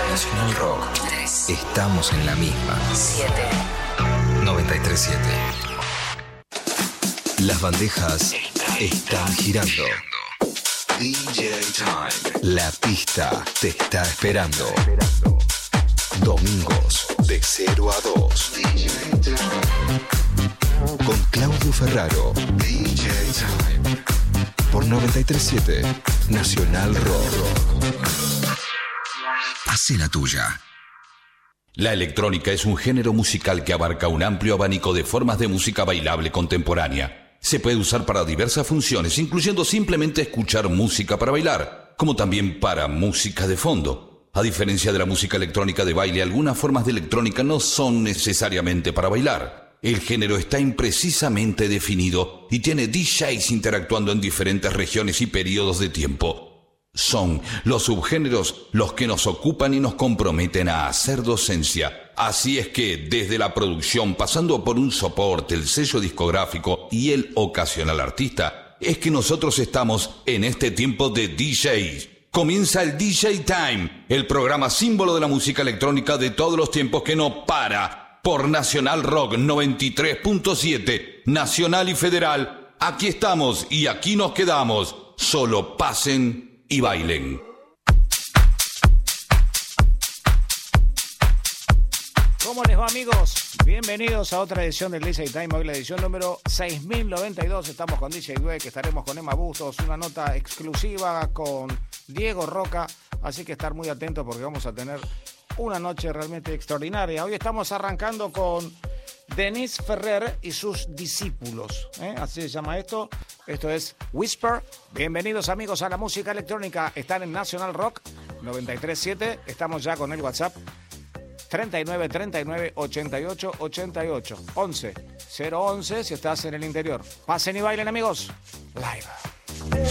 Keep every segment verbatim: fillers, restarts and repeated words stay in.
Nacional Rock. tres. Estamos en la misma. siete. noventa y tres punto siete. Las bandejas están girando. D J Time. La pista te está esperando. Domingos de cero a dos. D J Time. Con Claudio Ferraro. D J Time. Por noventa y tres punto siete. Nacional Rock. Hacé la tuya. La electrónica es un género musical que abarca un amplio abanico de formas de música bailable contemporánea. Se puede usar para diversas funciones, incluyendo simplemente escuchar música para bailar, como también para música de fondo. A diferencia de la música electrónica de baile, algunas formas de electrónica no son necesariamente para bailar. El género está imprecisamente definido y tiene D Js interactuando en diferentes regiones y periodos de tiempo. Son los subgéneros los que nos ocupan y nos comprometen a hacer docencia. Así es que, desde la producción, pasando por un soporte, el sello discográfico y el ocasional artista, es que nosotros estamos en este tiempo de D Js. Comienza el D J Time, el programa símbolo de la música electrónica de todos los tiempos que no para, por Nacional Rock noventa y tres punto siete, Nacional y Federal. Aquí estamos y aquí nos quedamos. Solo pasen y bailen. ¿Cómo les va, amigos? Bienvenidos a otra edición del D J Time, hoy la edición número seis mil noventa y dos. Estamos con D J Dweck, estaremos con Emma Bustos, una nota exclusiva con Diego Roca, así que estar muy atentos porque vamos a tener una noche realmente extraordinaria. Hoy estamos arrancando con Denise Ferrer y sus discípulos, ¿eh? Así se llama esto. Esto es Whisper. Bienvenidos, amigos, a la música electrónica. Están en National Rock noventa y tres punto siete. Estamos ya con el WhatsApp treinta y nueve, treinta y nueve, ochenta y ocho, ochenta y ocho. once, cero once si estás en el interior. Pasen y bailen, amigos. Live.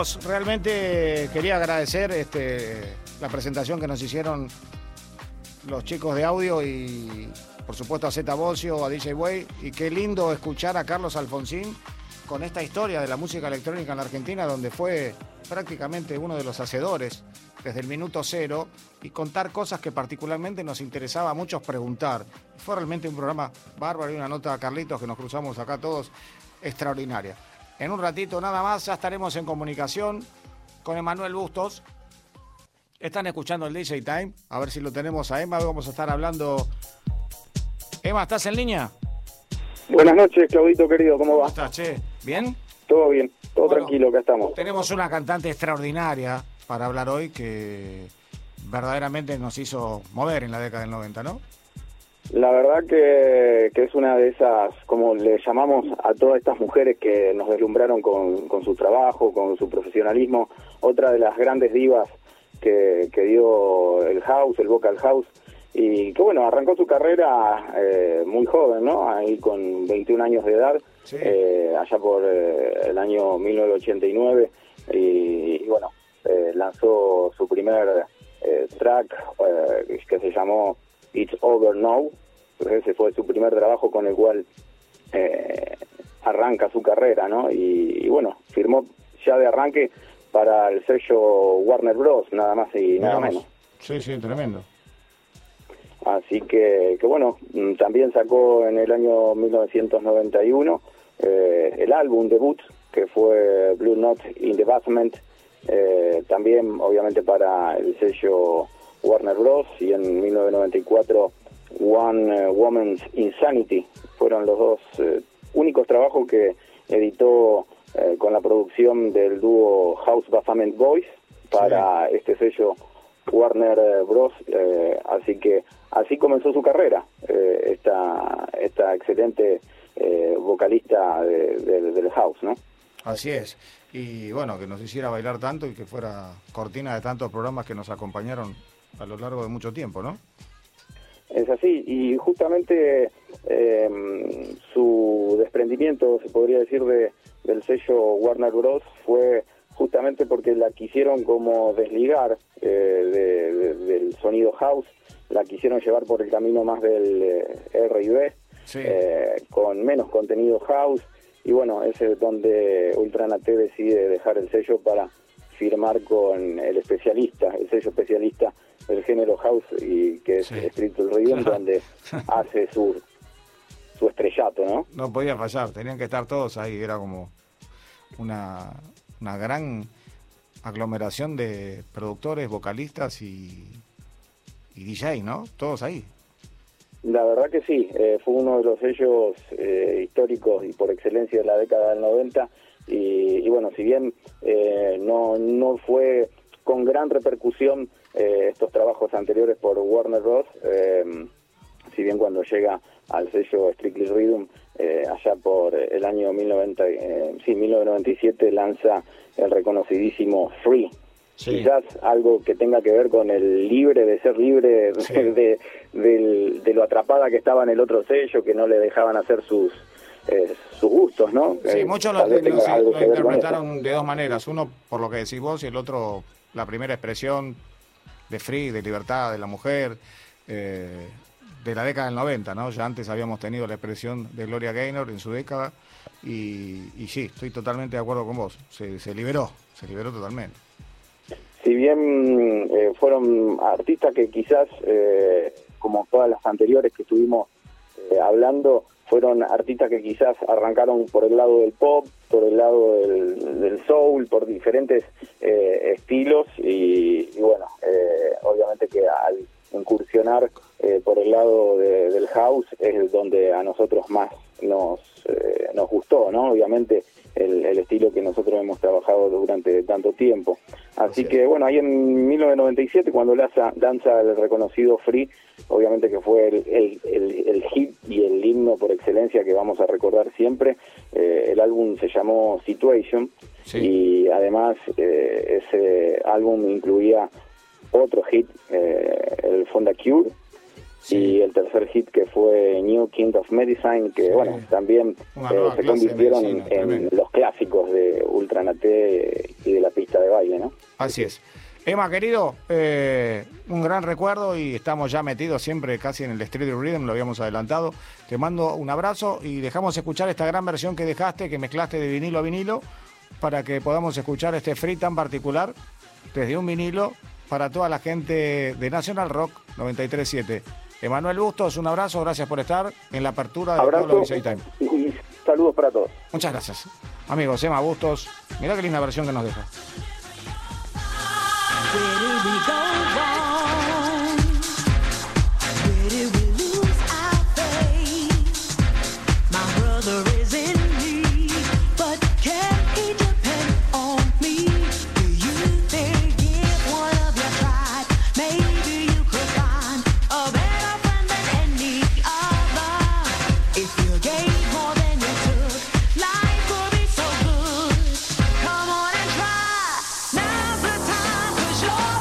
amigos, realmente quería agradecer este, la presentación que nos hicieron los chicos de audio y por supuesto a Zeta Bocio, a D J Way, y qué lindo escuchar a Carlos Alfonsín con esta historia de la música electrónica en la Argentina, donde fue prácticamente uno de los hacedores desde el minuto cero, y contar cosas que particularmente nos interesaba a muchos preguntar. Fue realmente un programa bárbaro y una nota a Carlitos que nos cruzamos acá todos extraordinaria. En un ratito nada más ya estaremos en comunicación con Emanuel Bustos. Están escuchando el D J Time, a ver si lo tenemos a Emma, vamos a estar hablando. Emma, ¿estás en línea? Buenas noches, Claudito querido, ¿cómo va? ¿Cómo estás, che? ¿Bien? Todo bien, todo bueno, tranquilo, acá estamos. Tenemos una cantante extraordinaria para hablar hoy que verdaderamente nos hizo mover en la década del noventa, ¿no? La verdad que, que es una de esas, como le llamamos a todas estas mujeres que nos deslumbraron con, con su trabajo, con su profesionalismo, otra de las grandes divas que, que dio el house, el vocal house, y que bueno, arrancó su carrera eh, muy joven, ¿no? Ahí con veintiún años de edad, sí. eh, allá por eh, el año mil novecientos ochenta y nueve, y, y bueno, eh, lanzó su primer eh, track eh, que se llamó It's Over Now. Ese fue su primer trabajo con el cual eh, arranca su carrera, ¿no? Y, y bueno, firmó ya de arranque para el sello Warner Bros, nada más y nada Vamos. menos. Sí, sí, tremendo. Así que, que bueno, también sacó en el año mil novecientos noventa y uno eh, el álbum debut, que fue Blue Note in the Basement, eh, también obviamente para el sello Warner Bros. Y en mil novecientos noventa y cuatro One uh, Woman's Insanity. Fueron los dos eh, únicos trabajos que editó eh, con la producción del dúo House Basement Boys para sí. este sello Warner Bros. Eh, así que así comenzó su carrera, eh, esta, esta excelente eh, vocalista de, de, del house, ¿no? Así es. Y bueno, que nos hiciera bailar tanto y que fuera cortina de tantos programas que nos acompañaron a lo largo de mucho tiempo, ¿no? Es así, y justamente eh, su desprendimiento, se podría decir, de, del sello Warner Bros. Fue justamente porque la quisieron como desligar eh, de, de, del sonido house, la quisieron llevar por el camino más del eh, R y B, sí. eh, con menos contenido house, y bueno, ese es donde Ultranate decide dejar el sello para firmar con el especialista, el sello especialista del género house, y que es sí. Street Rhythm, donde hace su su estrellato, ¿no? No podía fallar, tenían que estar todos ahí, era como una, una gran aglomeración de productores, vocalistas y, y D J, ¿no? Todos ahí. La verdad que sí, eh, fue uno de los sellos eh, históricos y por excelencia de la década del noventa, y, y bueno, si bien eh, no, no fue con gran repercusión eh, estos trabajos anteriores por Warner Bros., eh, si bien cuando llega al sello Strictly Rhythm eh, allá por el año mil novecientos noventa, eh, sí, mil novecientos noventa y siete lanza el reconocidísimo Free. Sí. Quizás algo que tenga que ver con el libre, de ser libre, sí. de, de, de, de lo atrapada que estaba en el otro sello, que no le dejaban hacer sus eh, sus gustos, ¿no? Sí, eh, muchos lo, lo, lo, lo interpretaron de dos maneras. Uno, por lo que decís vos, y el otro, la primera expresión de free, de libertad de la mujer, eh, de la década del noventa, ¿no? Ya antes habíamos tenido la expresión de Gloria Gaynor en su década, y, y sí, estoy totalmente de acuerdo con vos. Se, se liberó, se liberó totalmente. Si bien eh, fueron artistas que quizás, eh, como todas las anteriores que estuvimos eh, hablando, fueron artistas que quizás arrancaron por el lado del pop, por el lado del, del soul, por diferentes eh, estilos, y, y bueno, eh, obviamente que al incursionar eh, por el lado de, del house es donde a nosotros más nos eh, nos gustó, ¿no? Obviamente el, el estilo que nosotros hemos trabajado durante tanto tiempo. Así que bueno, ahí en mil novecientos noventa y siete, cuando lanza, lanza el reconocido Free, obviamente que fue el, el, el, el hit y el himno por excelencia que vamos a recordar siempre. Eh, el álbum se llamó Situation, sí. Y además eh, ese álbum incluía otro hit, eh, el Fonda Cure, sí. Y el tercer hit que fue New King of Medicine, que sí. Bueno, también eh, se convirtieron medicina, en, en los clásicos de Ultranate y de la pista de baile, ¿no? Así es. Emma, querido, eh, un gran recuerdo y estamos ya metidos siempre casi en el Street Rhythm, lo habíamos adelantado. Te mando un abrazo y dejamos escuchar esta gran versión que dejaste, que mezclaste de vinilo a vinilo, para que podamos escuchar este free tan particular desde un vinilo para toda la gente de Nacional Rock noventa y tres siete. Emanuel Bustos, un abrazo, gracias por estar en la apertura de Abrazo todo lo D J Time. Y, y saludos para todos. Muchas gracias. Amigos, Emma Bustos, mirá qué linda versión que nos deja. Where did we go wrong? Where did we lose our faith? My brother is in need, but can he depend on me? Do you think if one of you tried, maybe you could find a better friend than any other? If you gave more than you took, life would be so good. Come on and try. Now's the time, 'cause you're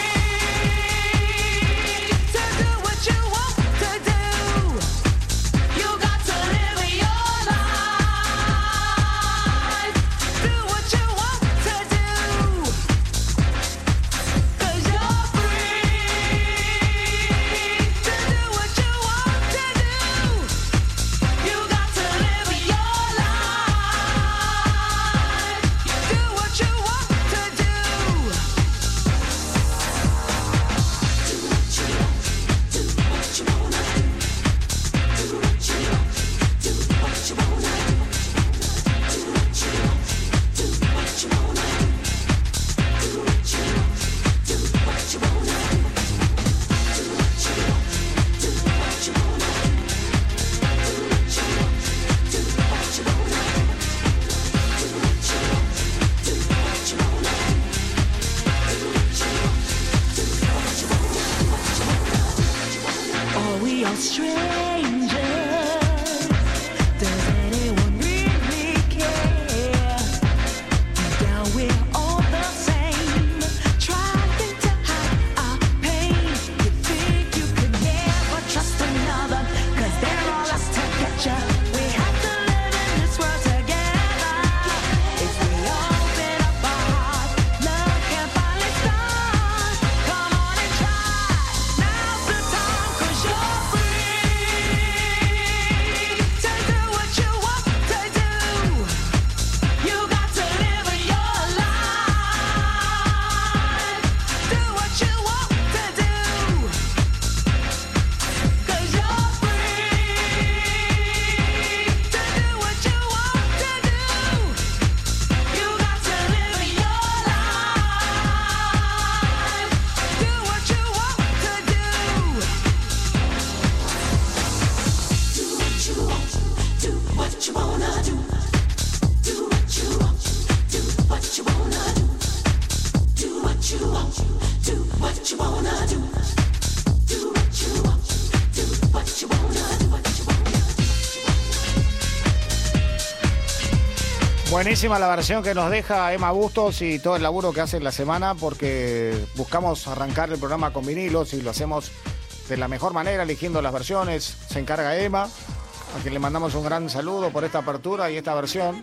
Buenísima la versión que nos deja Emma Bustos y todo el laburo que hace en la semana, porque buscamos arrancar el programa con vinilos y lo hacemos de la mejor manera, eligiendo las versiones. Se encarga Emma, a quien le mandamos un gran saludo por esta apertura y esta versión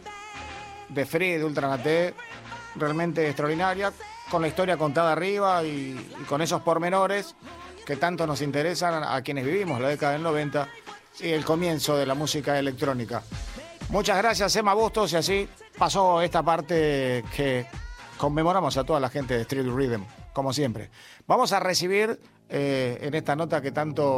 de Free de Ultranate, realmente extraordinaria, con la historia contada arriba y, y con esos pormenores que tanto nos interesan a quienes vivimos la década del noventa y el comienzo de la música electrónica. Muchas gracias, Emma Bustos, y así pasó esta parte que conmemoramos a toda la gente de Street Rhythm, como siempre. Vamos a recibir eh, en esta nota que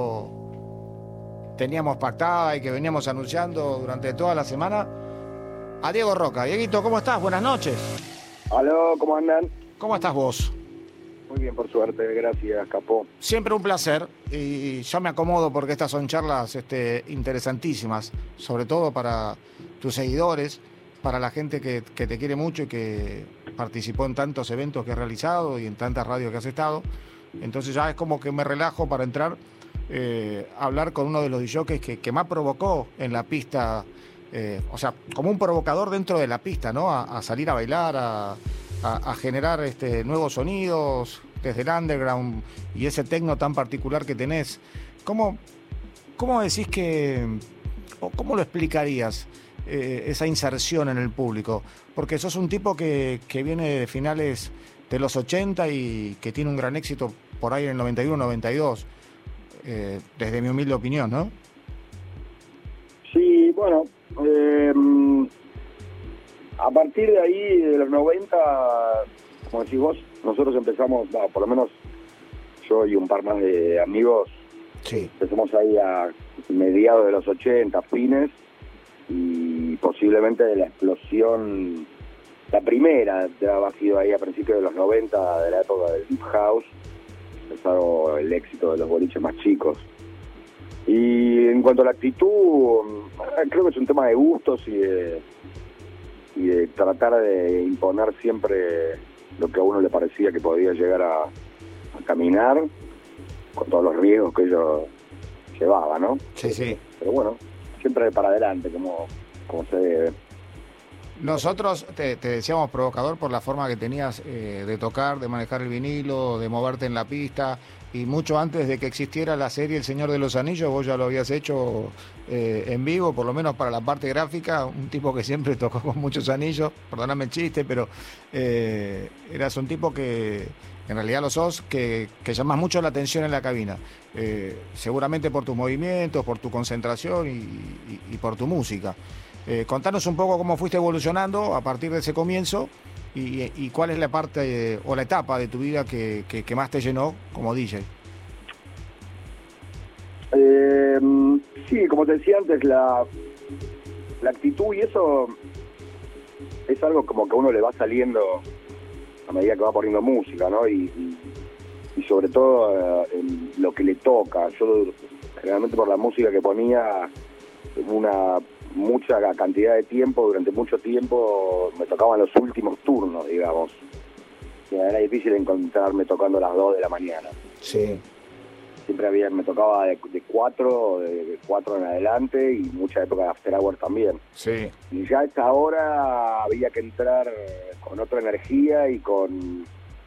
tanto teníamos pactada y que veníamos anunciando durante toda la semana a Diego Roca. Dieguito, ¿cómo estás? Buenas noches. Aló, ¿cómo andan? ¿Cómo estás vos? Muy bien, por suerte, gracias, capó. Siempre un placer y yo me acomodo porque estas son charlas este, interesantísimas, sobre todo para tus seguidores, para la gente que, que te quiere mucho y que participó en tantos eventos que has realizado y en tantas radios que has estado. Entonces ya es como que me relajo para entrar eh, a hablar con uno de los D Js que, que más provocó en la pista, eh, o sea, como un provocador dentro de la pista, ¿no? A, a salir a bailar, a, a, a generar este, nuevos sonidos desde el underground y ese techno tan particular que tenés. ¿Cómo, cómo decís que, o cómo lo explicarías? eh, esa inserción en el público? Porque sos un tipo que, que viene de finales de los ochenta y que tiene un gran éxito por ahí en el noventa y uno, noventa y dos, eh, desde mi humilde opinión, ¿no? Sí, bueno, eh, a partir de ahí, de los noventa, como decís vos, nosotros empezamos, bueno, por lo menos yo y un par más de amigos, Sí. empezamos ahí a mediados de los ochenta, fines, y posiblemente de la explosión, la primera de haber sido ahí a principios de los noventa, de la época del Deep House, empezó el éxito de los boliches más chicos. Y en cuanto a la actitud, creo que es un tema de gustos y de, y de tratar de imponer siempre lo que a uno le parecía que podía llegar a, a caminar, con todos los riesgos que ello llevaba, ¿no? Sí, sí. Pero bueno, siempre para adelante, como, como se debe. Nosotros te, te decíamos provocador por la forma que tenías eh, de tocar, de manejar el vinilo, de moverte en la pista, y mucho antes de que existiera la serie El Señor de los Anillos, vos ya lo habías hecho eh, en vivo, por lo menos para la parte gráfica, un tipo que siempre tocó con muchos anillos, perdóname el chiste, pero eh, eras un tipo que en realidad lo sos, que, que llamas mucho la atención en la cabina, eh, seguramente por tus movimientos, por tu concentración y, y, y por tu música. Eh, contanos un poco cómo fuiste evolucionando a partir de ese comienzo y, y cuál es la parte eh, o la etapa de tu vida que, que, que más te llenó como D J. Eh, sí, como te decía antes, la, la actitud y eso es algo como que a uno le va saliendo a medida que va poniendo música, ¿no? Y, y, y sobre todo eh, en lo que le toca. Yo generalmente por la música que ponía, una mucha cantidad de tiempo, durante mucho tiempo me tocaban los últimos turnos, digamos. Y era difícil encontrarme tocando a las dos de la mañana. Sí. Siempre había, me tocaba de, de cuatro, de cuatro en adelante, y mucha época de after hour también. Sí. Y ya a esta hora había que entrar con otra energía y con,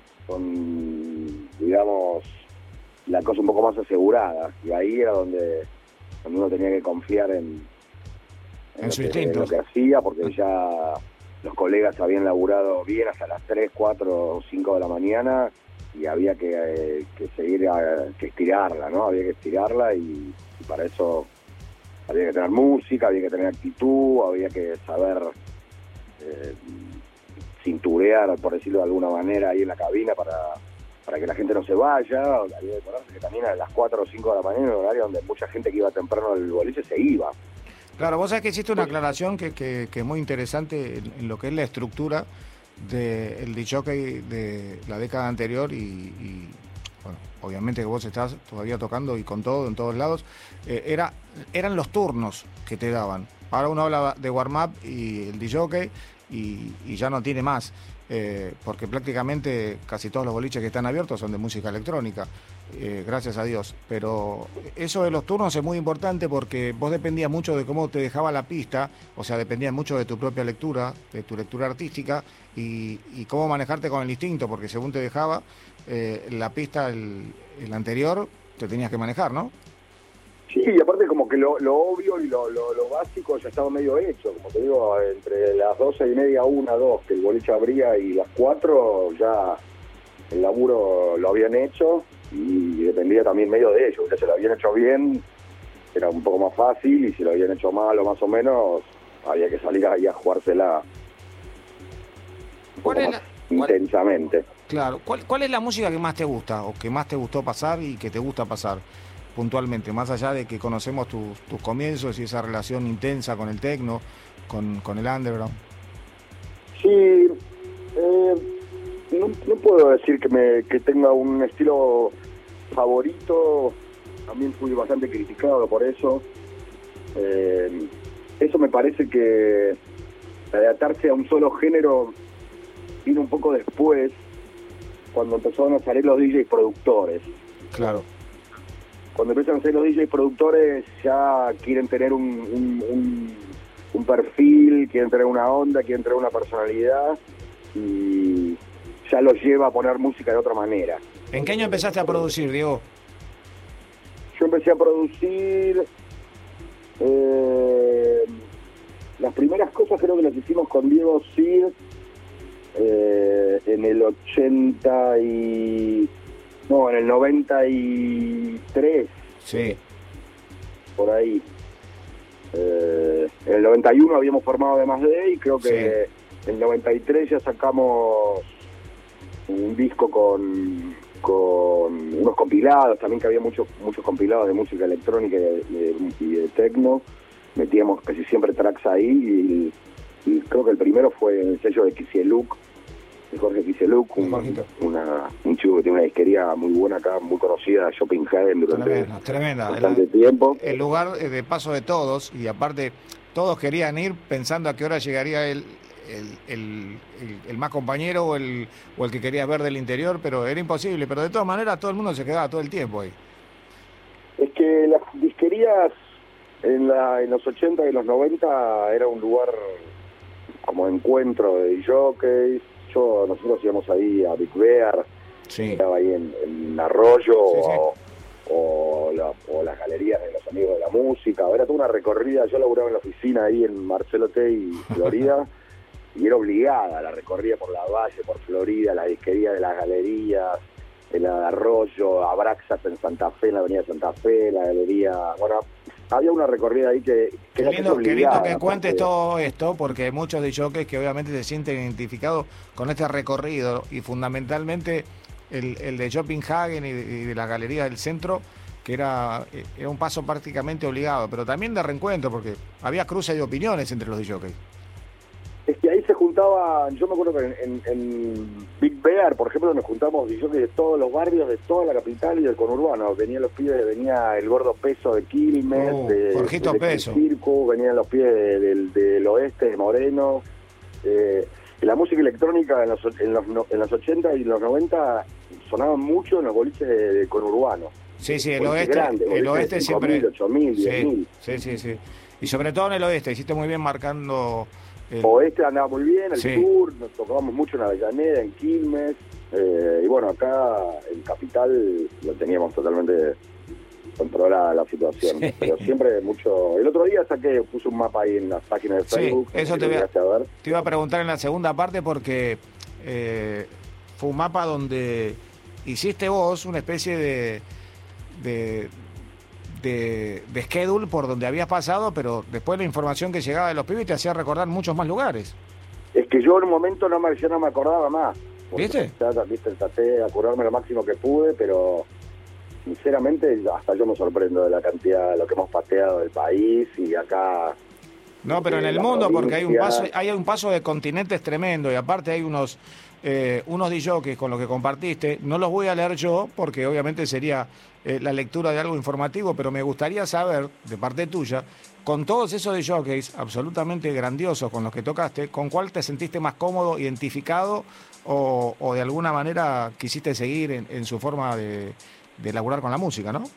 con digamos, la cosa un poco más asegurada. Y ahí era donde, donde uno tenía que confiar en, en, en su lo, que, instinto. en lo que hacía, porque ya los colegas habían laburado bien hasta las tres, cuatro o cinco de la mañana, y había que, eh, que seguir, a, que estirarla, ¿no? Había que estirarla y, y para eso había que tener música, había que tener actitud, había que saber eh, cinturear, por decirlo de alguna manera, ahí en la cabina para, para que la gente no se vaya. Había que ponerse que también a las cuatro o cinco de la mañana, en un horario donde mucha gente que iba temprano al boliche se iba. Claro, vos sabés que hiciste una aclaración que, que, que es muy interesante en, en lo que es la estructura del D J de la década anterior y, y bueno, obviamente que vos estás todavía tocando y con todo, en todos lados, eh, era, eran los turnos que te daban. Ahora uno habla de warm-up y el D J y, y ya no tiene más, eh, porque prácticamente casi todos los boliches que están abiertos son de música electrónica. Eh, gracias a Dios, pero eso de los turnos es muy importante porque vos dependías mucho de cómo te dejaba la pista, o sea, dependías mucho de tu propia lectura, de tu lectura artística y, y cómo manejarte con el instinto, porque según te dejaba eh, la pista el, el anterior, te tenías que manejar, ¿no? Sí, y aparte como que lo, lo obvio y lo, lo, lo básico ya estaba medio hecho, como te digo, entre las doce y media, una, dos, que el boliche abría, y las cuatro ya el laburo lo habían hecho, y dependía también medio de ellos. Ya se lo habían hecho bien, era un poco más fácil, y si lo habían hecho mal o más o menos, había que salir ahí a jugársela un poco ¿Cuál es más la- cuál- intensamente. Claro, ¿cuál, ¿cuál es la música que más te gusta o que más te gustó pasar y que te gusta pasar puntualmente? Más allá de que conocemos tus, tus comienzos y esa relación intensa con el techno, con, con el underground. Sí, eh, no, no puedo decir que me que tenga un estilo favorito. También fui bastante criticado por eso. Eh, eso me parece que adaptarse a un solo género vino un poco después, cuando empezaron a salir los D Js productores. Claro. Cuando empiezan a salir los D Js productores, ya quieren tener un, un, un, un perfil, quieren tener una onda, quieren tener una personalidad, y ya los lleva a poner música de otra manera. ¿En qué año empezaste a producir, Diego? Yo empecé a producir eh, las primeras cosas creo que las hicimos con Diego Cid eh, en el ochenta y... No, en el noventa y tres. Sí. Por ahí. Eh, en el noventa y uno habíamos formado Además de, y creo que en el noventa y tres ya sacamos un disco con, con unos compilados, también que había muchos muchos compilados de música electrónica y de, de, y de techno. Metíamos casi siempre tracks ahí y, y creo que el primero fue el sello de Kisieluk, de Jorge Kisieluk, un, una, un chico que tiene una disquería muy buena acá, muy conocida, Shopping Hagen, durante Tremenda, tremenda. bastante El, tiempo. el lugar de paso de todos, y aparte todos querían ir pensando a qué hora llegaría el, el, el, el, el más compañero o el, o el que quería ver del interior, pero era imposible. Pero de todas maneras todo el mundo se quedaba todo el tiempo ahí. Es que las disquerías en, la, en los ochenta y los noventa era un lugar como encuentro de jockeys. Yo, nosotros íbamos ahí a Big Bear, sí. Estaba ahí en, en Arroyo, sí, sí. O, o, la, o las galerías de los amigos de la música. Era toda una recorrida. Yo laburaba en la oficina ahí en Marcelo T y Florida, y era obligada la recorrida por la Valle, por Florida, la disquería de las galerías, en la de Arroyo, Abraxas en Santa Fe, en la avenida Santa Fe, la galería... Bueno, había una recorrida ahí que, que Qué era lindo, qué obligada, lindo que cuentes aparte. todo esto, porque muchos de jockeys que obviamente se sienten identificados con este recorrido, y fundamentalmente el, el de Copenhagen y, y de la galería del centro, que era, era un paso prácticamente obligado, pero también de reencuentro, porque había cruces de opiniones entre los de jockeys. Es que ahí se juntaba, yo me acuerdo que en, en, en Big Bear, por ejemplo, nos juntamos jockeys de todos los barrios, de toda la capital y del conurbano. Venían los pibes, venía el Gordo Peso de Quilmes, Oh, de, Jorgito de Peso. Circo, venían los pibes de- del, del oeste, de Moreno. Eh, y la música electrónica en los, en, los, no- en los ochenta y los noventa sonaba mucho en los boliches de, de conurbano. Sí, sí, el Boliches oeste, grandes, el bolices de oeste cinco mil, siempre... ocho mil, diez mil. Sí, sí, sí, sí. Y sobre todo en el oeste, hiciste muy bien marcando... el- Oeste andaba muy bien, el Sí. sur, nos tocábamos mucho en Avellaneda, en Quilmes, eh, y bueno, acá en Capital lo teníamos totalmente controlada la situación, Sí. pero siempre mucho... El otro día saqué, puse un mapa ahí en las páginas de Sí, Facebook, eso si te lo voy a- llegaste a ver. Te iba a preguntar en la segunda parte porque eh, fue un mapa donde hiciste vos una especie de, de, de, de schedule por donde habías pasado, pero después la información que llegaba de los pibes te hacía recordar muchos más lugares. Es que yo en un momento no me, yo no me acordaba más. porque ¿Viste? ya, viste, traté de acordarme lo máximo que pude, pero sinceramente hasta yo me sorprendo de la cantidad de lo que hemos pateado del país y acá... No, pero en de el la mundo, porque hay un provincia. paso, hay un paso de continentes tremendo, y aparte hay unos eh, unos D Js con los que compartiste. No los voy a leer yo, porque obviamente sería eh, la lectura de algo informativo, pero me gustaría saber, de parte tuya, con todos esos D Js absolutamente grandiosos con los que tocaste, ¿con cuál te sentiste más cómodo, identificado, o, o de alguna manera quisiste seguir en, en su forma de, de laburar con la música, ¿no?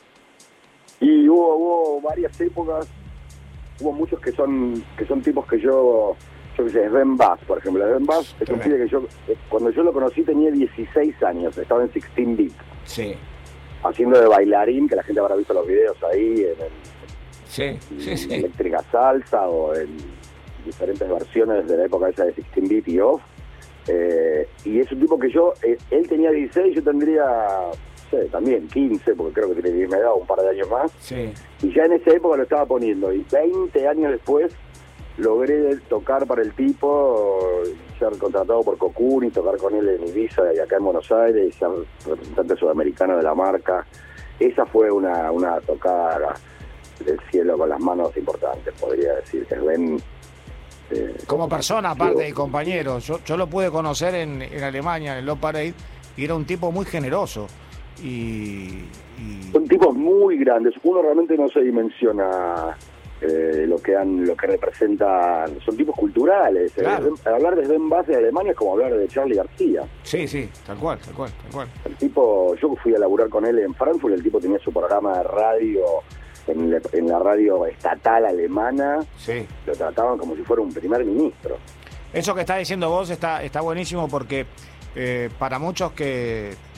Y hubo, hubo varias épocas, hubo muchos que son que son tipos que yo, yo qué sé, Sven Bass, por ejemplo. Sven Bass es un Tremendo. pibe que yo, eh, cuando yo lo conocí tenía dieciséis años, estaba en sixteen bit, Sí, haciendo de bailarín, que la gente habrá visto los videos ahí, en, en, sí, sí, en sí. Eléctrica Salsa o en diferentes versiones de la época esa de sixteen bit y off. Eh, y es un tipo que yo, eh, él tenía dieciséis, yo tendría, no sé, también quince, porque creo que tiene mi edad, un par de años más. Sí. Y ya en esa época lo estaba poniendo. Y veinte años después logré tocar para el tipo, ser contratado por Cocuni, tocar con él en Ibiza y acá en Buenos Aires, y ser representante sudamericano de la marca. Esa fue una, una tocada del cielo con las manos importantes, podría decir. Que ven, eh, Como persona, aparte, y compañero, yo, yo lo pude conocer en, en Alemania, en el Love Parade, y era un tipo muy generoso. Y, y- son tipos muy grandes. Uno realmente no se dimensiona eh, lo que han, lo que representan. Son tipos culturales. Claro. Eh, hablar de Sven Bass de Alemania es como hablar de Charlie García. sí, sí, tal cual, tal cual, tal cual. El tipo, yo fui a laburar con él en Frankfurt, el tipo tenía su programa de radio en, la- en la radio estatal alemana, Sí. lo trataban como si fuera un primer ministro. Eso que está diciendo vos está, está buenísimo porque eh, para muchos que,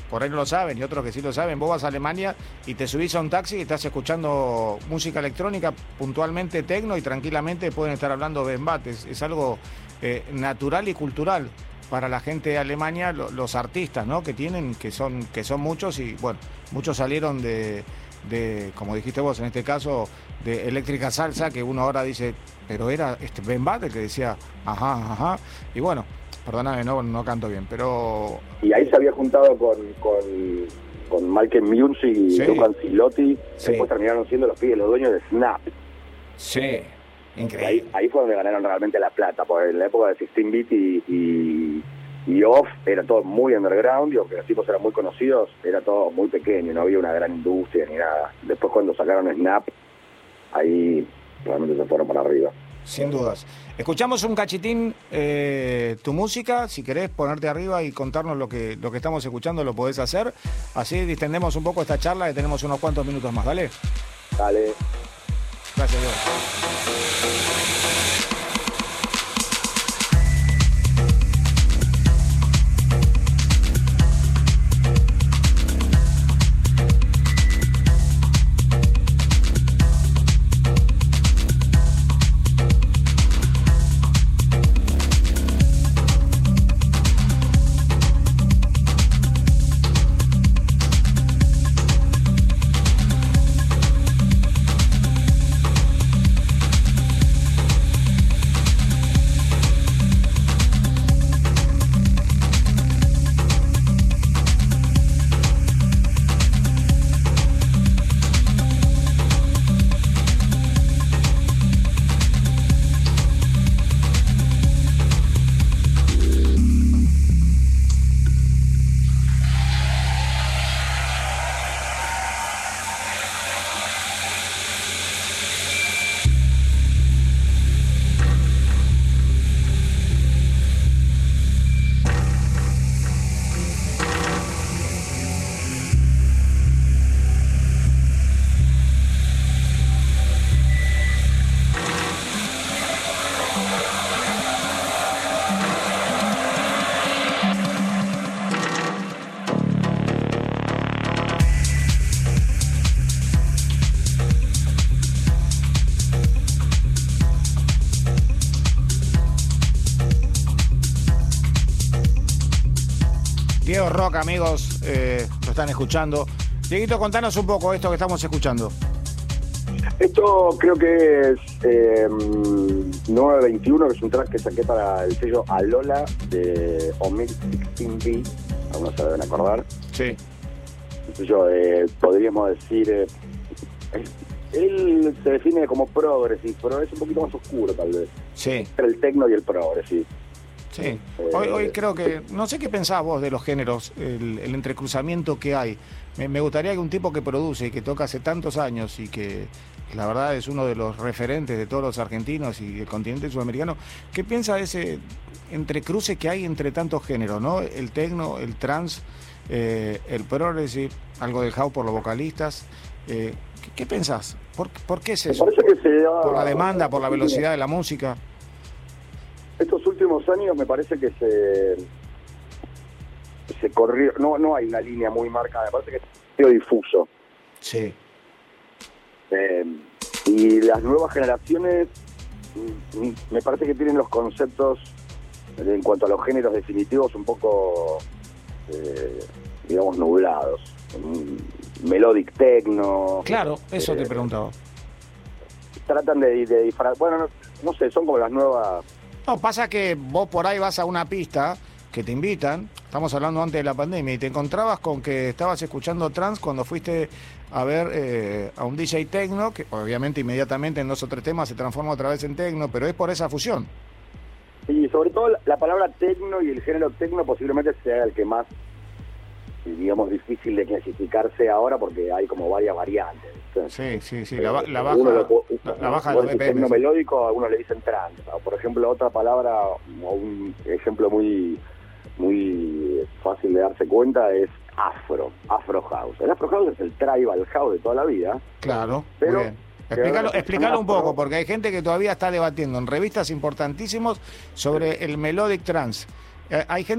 por ahí no lo saben y otros que sí lo saben, vos vas a Alemania y te subís a un taxi y estás escuchando música electrónica, puntualmente tecno, y tranquilamente pueden estar hablando de Bembat. Es, es algo eh, natural y cultural para la gente de Alemania, lo, los artistas, ¿no?, que tienen, que son, que son muchos, y bueno, muchos salieron de, de, como dijiste vos, en este caso, de Eléctrica Salsa, que uno ahora dice, pero era este Bembat el que decía, ajá, ajá, y bueno, perdóname, no, no canto bien, pero... Y ahí se había juntado con, con, con Malcolm Music y Sí. Lucan Silotti, Sí. después terminaron siendo los pibes, los dueños de Snap. Sí, increíble. Ahí, ahí fue donde ganaron realmente la plata, porque en la época de sixteen bit y, y, y Off era todo muy underground, y aunque los tipos eran muy conocidos, era todo muy pequeño, no había una gran industria ni nada. Después cuando sacaron Snap, ahí realmente se fueron para arriba. Sin dudas. Escuchamos un cachitín eh, tu música, si querés ponerte arriba y contarnos lo que, lo que estamos escuchando, lo podés hacer. Así distendemos un poco esta charla, que tenemos unos cuantos minutos más, ¿vale? Dale. Gracias, Dios. Diego Rock, amigos, eh, lo están escuchando. Dieguito, contanos un poco esto que estamos escuchando. Esto creo que es eh, nueve veintiuno, que es un track que saqué para el sello Alola de Omid sixteen B, algunos se deben acordar. Sí. El sello, eh, podríamos decir, eh, es- él se define como progressive, pero es un poquito más oscuro tal vez, Sí, entre el techno y el progressive. sí. Hoy, hoy creo que, no sé qué pensás vos de los géneros, el, el entrecruzamiento que hay. Me, me gustaría que un tipo que produce y que toca hace tantos años y que la verdad es uno de los referentes de todos los argentinos y del continente sudamericano, ¿qué piensa de ese entrecruce que hay entre tantos géneros, ¿no? El techno, el trance, eh, el progressive, algo del house por los vocalistas. Eh, ¿qué, ¿Qué pensás? ¿Por, ¿Por qué es Me eso? parece que se da- ¿Por la demanda, por la velocidad de la música? Estos últimos años me parece que se se corrió, no no hay una línea muy marcada, me parece que es medio difuso. Sí. Eh, y las nuevas generaciones mm, me parece que tienen los conceptos de- en cuanto a los géneros definitivos un poco eh, digamos nublados. Mm, melodic techno, Claro, eso eh, te preguntaba. tratan de, de disfrazar, bueno, no, no sé, son como las nuevas. No, pasa que vos por ahí vas a una pista que te invitan, estamos hablando antes de la pandemia, y te encontrabas con que estabas escuchando trance cuando fuiste a ver eh, a un D J techno, que obviamente inmediatamente en dos o tres temas se transforma otra vez en techno, pero es por esa fusión. Y sobre todo la, la palabra techno y el género techno posiblemente sea el que más, digamos, difícil de clasificarse ahora porque hay como varias variantes. Sí, sí, sí, la, ba- la Uno baja, lo puede- la, la baja de vos los decís B P M. techno melódico, algunos le dicen trance. O, por ejemplo, otra palabra o un ejemplo muy muy fácil de darse cuenta es afro, afro house. El afro house es el tribal house de toda la vida. Claro, Pero- muy bien. Explícalo, que- explícalo un afro- poco, porque hay gente que todavía está debatiendo en revistas importantísimos sobre el melodic trance. Eh, hay gente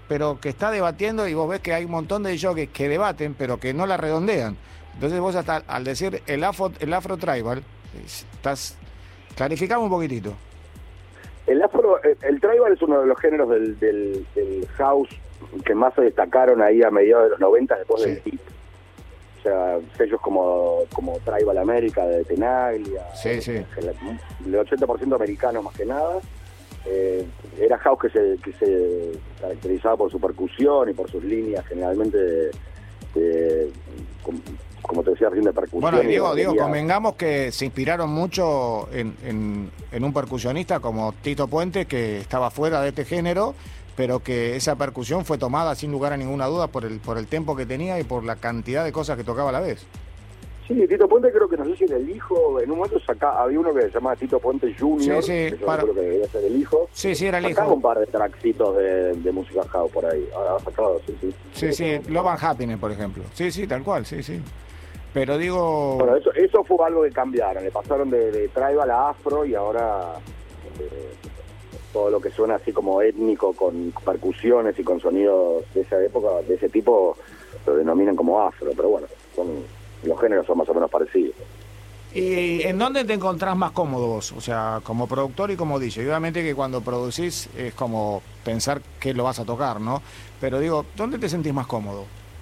pero que está debatiendo y vos ves que hay un montón de jockeys que debaten, pero que no la redondean. Entonces vos hasta al decir el afro, el afro tribal, estás... Clarificame un poquitito. El afro, el, el tribal es uno de los géneros del, del, del house que más se destacaron ahí a mediados de los noventa después Sí. del hit. O sea, sellos como, como Tribal America de Tenaglia, Sí, sí. el ochenta por ciento americano más que nada. Eh, era house que se, que se caracterizaba por su percusión y por sus líneas generalmente de, de, como, como te decía recién, de percusión. Bueno, y y Diego, de Diego, batería. convengamos que se inspiraron mucho en, en, en un percusionista como Tito Puente, que estaba fuera de este género, pero que esa percusión fue tomada sin lugar a ninguna duda por el por el tempo que tenía y por la cantidad de cosas que tocaba a la vez. Sí, Tito Puente creo que no sé si era el hijo, en un momento saca, había uno que se llamaba Tito Puente junior, Sí, sí, que yo para- creo que debía ser el hijo. Sí, sí, era el Sacaba hijo. un par de tracksitos de, de música house por ahí. Ahora ha sacado, sí, sí. Sí, sí, Love and Happiness, por ejemplo. Sí, sí, tal cual, sí, sí. Pero digo... Bueno, eso, eso fue algo que cambiaron, le pasaron de, de tribal a afro y ahora eh, todo lo que suena así como étnico con percusiones y con sonidos de esa época, de ese tipo, lo denominan como afro, pero bueno, son, los géneros son más o menos parecidos. ¿Y en dónde te encontrás más cómodo vos? O sea, como productor y como D J. Obviamente que cuando producís es como pensar qué lo vas a tocar, ¿no? Pero digo, ¿dónde te sentís más cómodo?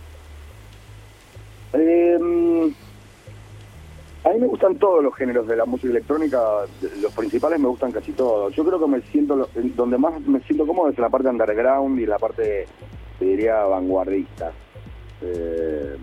Eh, a mí me gustan todos los géneros de la música electrónica, los principales me gustan casi todos. Yo creo que me siento, lo- donde más me siento cómodo es en la parte underground y en la parte, te diría, vanguardista. Eh,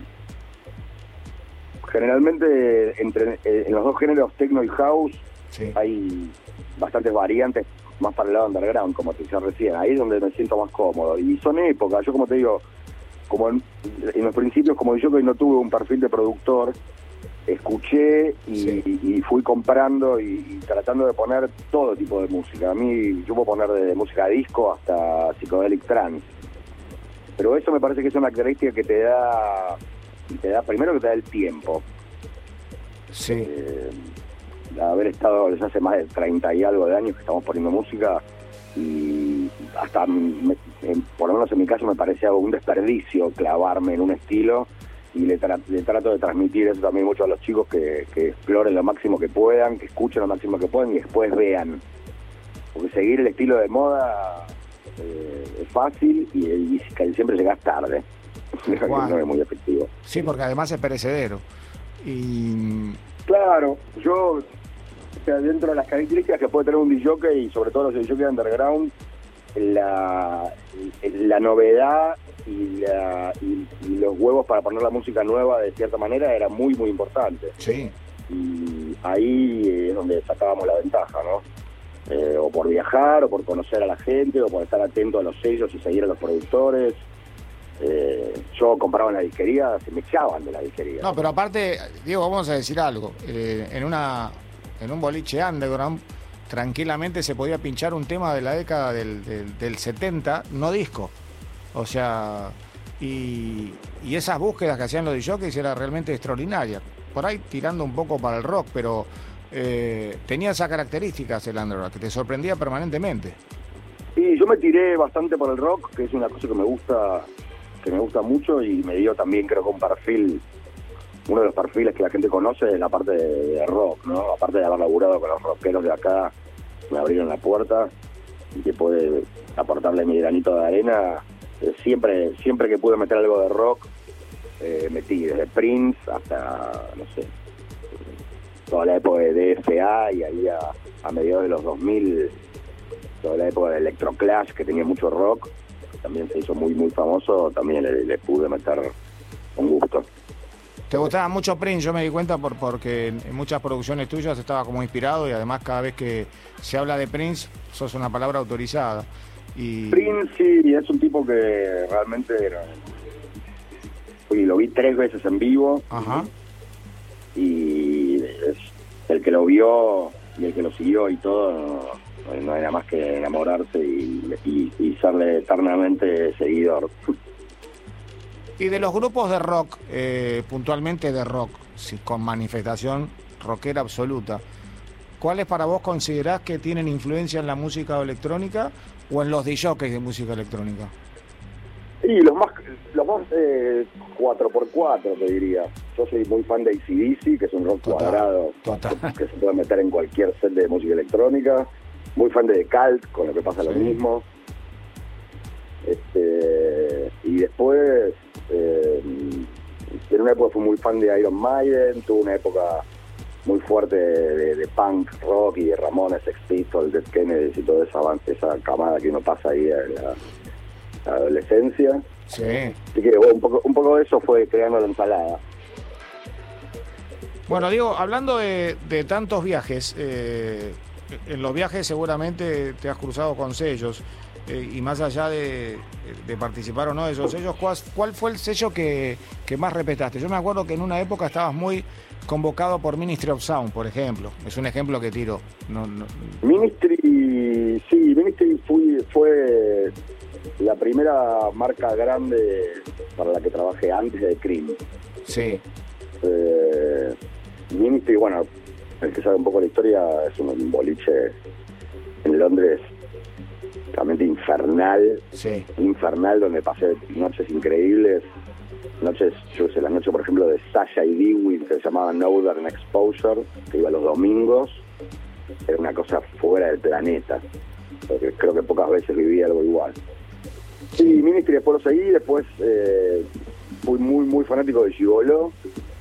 generalmente entre eh, en los dos géneros, techno y house, Sí. hay bastantes variantes más para el lado underground, como te decía recién. Ahí es donde me siento más cómodo. Y son épocas, yo como te digo, como en, en los principios, como yo que no tuve un perfil de productor, escuché y, Sí. y fui comprando y, y tratando de poner todo tipo de música. A mí yo puedo poner desde música disco hasta psychedelic trance. Pero eso me parece que es una característica que te da, te da primero que te da el tiempo. Sí. Eh, haber estado desde hace más de treinta y algo de años que estamos poniendo música y hasta, me- en- por lo menos en mi caso, me parece algo un desperdicio clavarme en un estilo y le, tra- le trato de transmitir eso también mucho a los chicos que, que exploren lo máximo que puedan, que escuchen lo máximo que puedan y después vean. Porque seguir el estilo de moda eh, es fácil y, y casi siempre llegas tarde. Juan. No es muy efectivo. Sí, porque además es perecedero. Y... Claro, yo, o sea, dentro de las características que puede tener un D J y sobre todo los D J underground, la, la novedad y, la, y, y los huevos para poner la música nueva de cierta manera era muy, muy importante. Sí. Y ahí es donde sacábamos la ventaja, ¿no? Eh, o por viajar, o por conocer a la gente, o por estar atento a los sellos y seguir a los productores. Eh, yo compraba en la disquería, se me echaban de la disquería. No, pero aparte, Diego, vamos a decir algo. Eh, en una en un boliche underground, tranquilamente se podía pinchar un tema de la década del, del, del setenta, no disco. O sea, y, y esas búsquedas que hacían los D Js era realmente extraordinaria. Por ahí tirando un poco para el rock, pero eh, tenía esas características el underground, que te sorprendía permanentemente. Sí, yo me tiré bastante por el rock, que es una cosa que me gusta, que me gusta mucho y me dio también, creo que un perfil, uno de los perfiles que la gente conoce es la parte de, de rock, ¿no? Aparte de haber laburado con los rockeros de acá, me abrieron la puerta y que puede aportarle mi granito de arena. Eh, siempre, siempre que pude meter algo de rock, eh, metí desde Prince hasta, no sé, toda la época de D F A y ahí a, a mediados de los dos mil, toda la época de Electroclash, que tenía mucho rock, que también se hizo muy muy famoso, también le, le pude meter con gusto. Te gustaba mucho Prince, yo me di cuenta por porque en muchas producciones tuyas estaba como inspirado y además cada vez que se habla de Prince sos una palabra autorizada. Y... Prince sí, es un tipo que realmente era... Oye, lo vi tres veces en vivo. Ajá. Y es el que lo vio y el que lo siguió y todo, no, no hay nada más que enamorarse y, y, y serle eternamente seguidor. Y de los grupos de rock, eh, puntualmente de rock, sí, con manifestación rockera absoluta, ¿cuáles para vos considerás que tienen influencia en la música electrónica o en los D Js de música electrónica? Y los más, los más eh, cuatro por cuatro, te diría. Yo soy muy fan de A C D C, que es un rock Total, cuadrado total. que se puede meter en cualquier set de música electrónica. Muy fan de The Cult, con lo que pasa Sí. lo mismo. Este, y después, eh, en una época fui muy fan de Iron Maiden, tuve una época muy fuerte de, de, de punk rock y de Ramones, Sex Pistols, Dead Kennedys y toda esa, esa camada que uno pasa ahí en la, la adolescencia. Sí. Así que bueno, un poco, un poco de eso fue creando la ensalada. Bueno, Diego, hablando de, de tantos viajes, eh, en los viajes seguramente te has cruzado con sellos, eh, y más allá de, de participar o no de esos sellos, ¿cuál, cuál fue el sello que, que más respetaste? Yo me acuerdo que en una época estabas muy convocado por Ministry of Sound, por ejemplo. Es un ejemplo que tiro. No, no. Ministry, sí, Ministry fui, fue la primera marca grande para la que trabajé antes de Cream. Sí. Eh, Ministry, bueno, el que sabe un poco la historia, es un, un boliche en Londres realmente infernal, Sí. infernal, donde pasé noches increíbles, noches, yo sé, la noche por ejemplo de Sasha y Dewey, que se llamaba Northern Exposure, que iba los domingos, era una cosa fuera del planeta, porque creo que pocas veces viví algo igual. Sí, Ministry después lo seguí, después eh, fui muy muy fanático de Gigolo,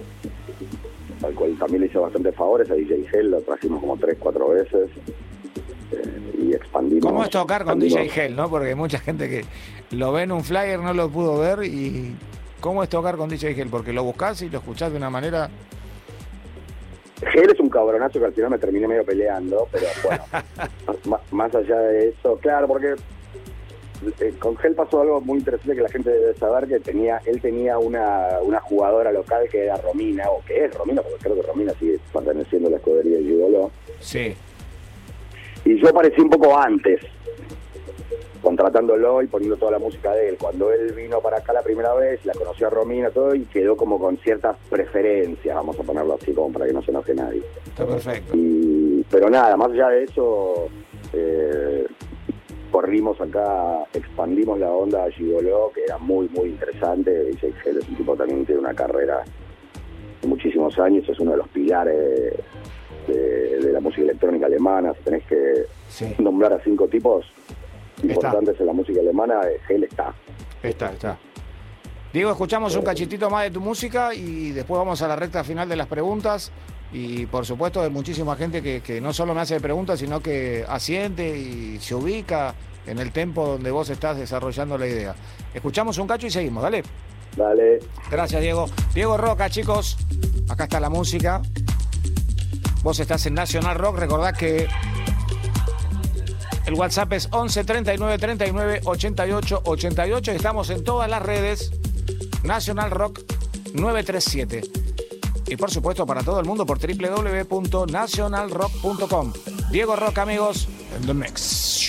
al cual también le hice bastantes favores, a D J Hell lo trajimos como tres, cuatro veces, eh, y expandimos. ¿Cómo es tocar con D expandimos. J Hell, no? Porque hay mucha gente que lo ve en un flyer, no lo pudo ver, y ¿cómo es tocar con D J Hell? Porque lo buscás y lo escuchás de una manera... Hell es un cabronazo que al final me terminé medio peleando, pero bueno, más, más allá de eso, claro, porque eh, con Hell pasó algo muy interesante que la gente debe saber, que tenía él tenía una, una jugadora local que era Romina, o que es Romina, porque creo que Romina sigue perteneciendo a la escudería de Gigolo, Sí. y yo aparecí un poco antes, contratándolo y poniendo toda la música de él. Cuando él vino para acá la primera vez, la conoció a Romina, todo, y quedó como con ciertas preferencias, vamos a ponerlo así, como para que no se enoje nadie. Está perfecto. Y, pero nada, más allá de eso, eh, corrimos acá, expandimos la onda a Gigolo, que era muy, muy interesante. D J Hell es un tipo también que tiene una carrera de muchísimos años, es uno de los pilares de, de la música electrónica alemana. Si tenés que Sí. nombrar a cinco tipos Está. importantes en la música alemana, Hell está. Está, está. Diego, escuchamos un cachitito más de tu música y después vamos a la recta final de las preguntas. Y por supuesto de muchísima gente que, que no solo me hace preguntas, sino que asiente y se ubica en el tempo donde vos estás desarrollando la idea. Escuchamos un cacho y seguimos, dale. Dale. Gracias, Diego. Diego Roca, chicos. Acá está la música. Vos estás en Nacional Rock. Recordad que el WhatsApp es once treinta y nueve treinta y nueve ochenta y ocho ochenta y ocho. Estamos en todas las redes. Nacional Rock nueve tres siete. Y por supuesto para todo el mundo por doble u doble u doble u punto nacional rock punto com. Diego Roca, amigos, en the mix.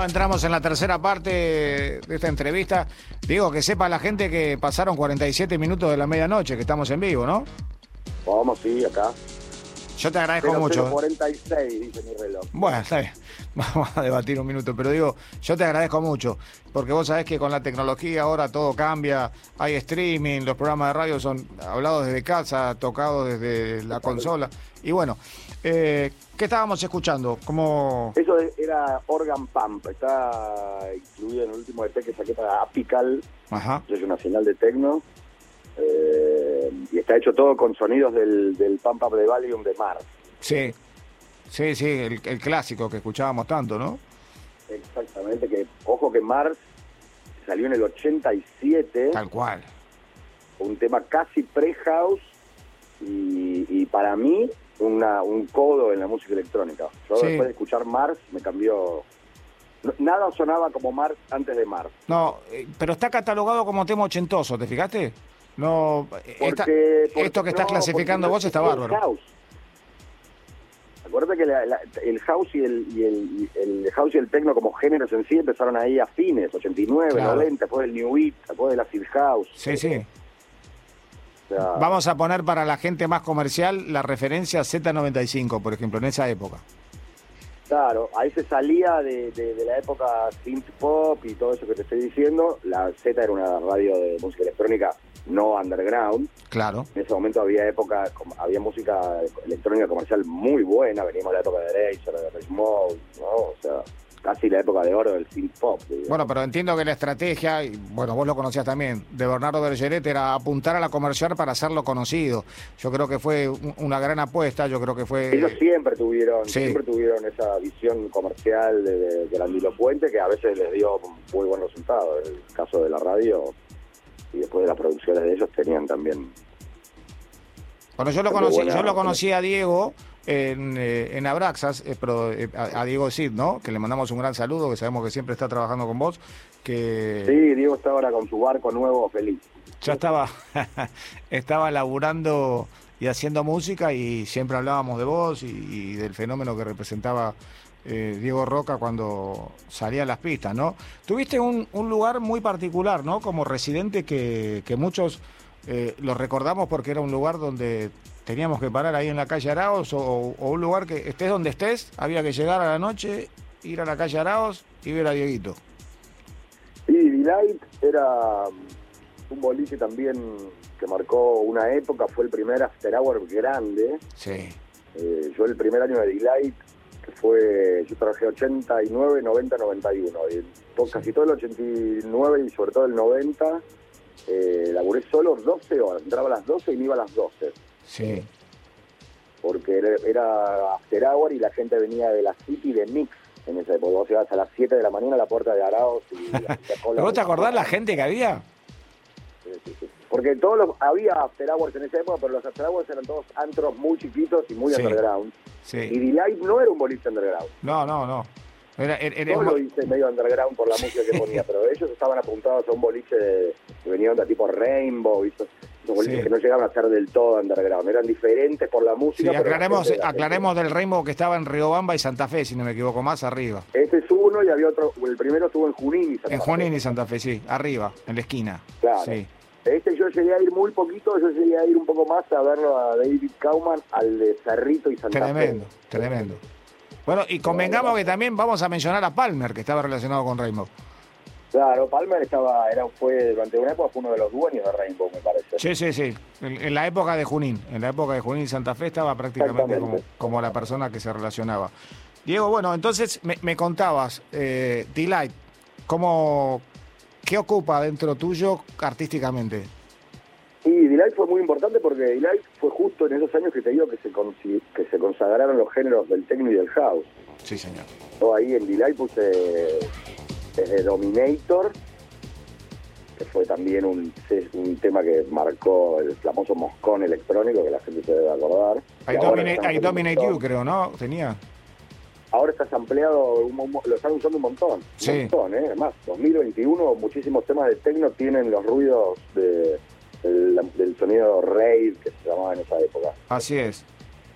Bueno, entramos en la tercera parte de esta entrevista. Digo, que sepa la gente que pasaron cuarenta y siete minutos de la medianoche, que estamos en vivo, ¿no? Vamos, sí, acá. Yo te agradezco cero cero mucho. cuarenta y seis, dice mi reloj. Bueno, está bien. Vamos a debatir un minuto, pero digo, yo te agradezco mucho, porque vos sabés que con la tecnología ahora todo cambia, hay streaming, los programas de radio son hablados desde casa, tocados desde la consola, y bueno, eh, ¿qué estábamos escuchando? ¿Cómo...? Eso era Organ Pump, está incluido en el último E P que saqué para Apical, Ajá. sello nacional de techno, eh, y está hecho todo con sonidos del, del Pump Up de Valium de Mars. Sí, sí, sí, el, el clásico que escuchábamos tanto, ¿no? Exactamente, que ojo que Mars salió en el ochenta y siete, Tal cual. un tema casi pre-house y, y para mí una, un codo en la música electrónica. Yo Sí. después de escuchar Mars me cambió... no- Nada sonaba como Mars antes de Mars. No, eh, pero está catalogado como tema ochentoso, ¿te fijaste? No, eh, esta- Porque, porque- esto que estás no, clasificando porque vos está el bárbaro. House. Acuérdate que la- la- el house y el, y el, y el house y el techno como géneros en sí empezaron ahí a fines, ochenta y nueve, Claro. noventa, después del New Beat, después del Acid House. Sí, sí. O sea, Vamos a poner para la gente más comercial la referencia Z noventa y cinco, por ejemplo, en esa época. claro, ahí se salía de, de, de la época synth pop y todo eso que te estoy diciendo. La Z era una radio de música electrónica no underground. Claro. En ese momento había época, como- había música electrónica comercial muy buena. Veníamos de la época de Eraser, de Rage Mode, ¿no? O sea, casi la época de oro del synth pop. digamos. Bueno, pero entiendo que la estrategia, y bueno, vos lo conocías también, de Bernardo Bergeret era apuntar a la comercial para hacerlo conocido. Yo creo que fue un- una gran apuesta, yo creo que fue... Ellos siempre tuvieron, Sí. siempre tuvieron esa visión comercial de, de grandilocuente que a veces les dio muy buen resultado. El caso de la radio y después de las producciones de ellos tenían también. Bueno, yo lo Muy conocí, buena- yo lo conocí a Diego en, eh, en Abraxas, eh, pero, eh, a, a Diego Cid, ¿no? Que le mandamos un gran saludo, que sabemos que siempre está trabajando con vos, que Sí, Diego está ahora con su barco nuevo feliz. ya estaba, estaba laburando y haciendo música y siempre hablábamos de vos y, y del fenómeno que representaba eh, Diego Roca cuando salía a las pistas, ¿no? Tuviste un, un lugar muy particular, ¿no? Como residente que, que muchos eh, lo recordamos porque era un lugar donde teníamos que parar ahí en la calle Araos o, o un lugar que estés donde estés, había que llegar a la noche, ir a la calle Araos y ver a Dieguito. Y Delight era um, un boliche también que marcó una época, fue el primer after hour grande. Sí. Eh, yo el primer año de Delight, que fue, yo trabajé ochenta y nueve, noventa, noventa y uno, y to- casi todo el ochenta y nueve y sobre todo el noventa, eh, laburé solo doce horas, entraba a las doce y me iba a las doce, Sí. porque era, era after hour y la gente venía de la City de Mix en esa época. Vos ibas a las siete de la mañana a la puerta de Araos y la, la cola. ¿Vos te acordás la gente que había? Sí, sí, sí. Porque todos los, había after hours en esa época, pero los after hours eran todos antros muy chiquitos y muy Sí. underground. Y Sí. Delight no era un boliche underground. No, no, no. Era, era- era- Yo lo hice medio underground por la música que ponía, pero ellos estaban apuntados a un boliche de, que venían de tipo Rainbow y esos, esos boliches Sí. que no llegaban a ser del todo underground. Eran diferentes por la Sí, música. pero la aclaremos, gente era- aclaremos del Rainbow que estaba en Riobamba y Santa Fe, si no me equivoco, más arriba. Ese es uno y había otro, el primero estuvo en Junín y Santa En Fe. Junín y Santa Fe, sí, arriba, en la esquina. Claro. Sí. Este yo llegué a ir muy poquito, yo llegué a ir un poco más a verlo a David Kauman, al de Cerrito y Santa Tremendo, Fe. tremendo. Bueno, y convengamos que también vamos a mencionar a Palmer, que estaba relacionado con Rainbow. Claro, Palmer estaba, era, fue durante una época fue uno de los dueños de Rainbow, me parece. Sí, sí, sí. En, en la época de Junín, en la época de Junín y Santa Fe estaba prácticamente como, Exactamente. como la persona que se relacionaba. Diego, bueno, entonces me, me contabas, eh, Delight, ¿cómo, ¿qué ocupa dentro tuyo artísticamente? Y Delight fue muy importante porque Delight fue justo en esos años que te digo que se, consi- que se consagraron los géneros del techno y del house. Sí, señor. Yo ahí en Delight puse desde Dominator, que fue también un, un tema que marcó el famoso moscón electrónico que la gente se debe acordar. I Y ahora Dominate, están I haciendo Dominate un You, montón. creo, ¿no? Tenía. Ahora está sampleado, un mo- lo están usando un montón, un Sí. montón, ¿eh? Además, dos mil veintiuno muchísimos temas de techno tienen los ruidos de, del, del sonido rave que se llamaba en esa época. Así es.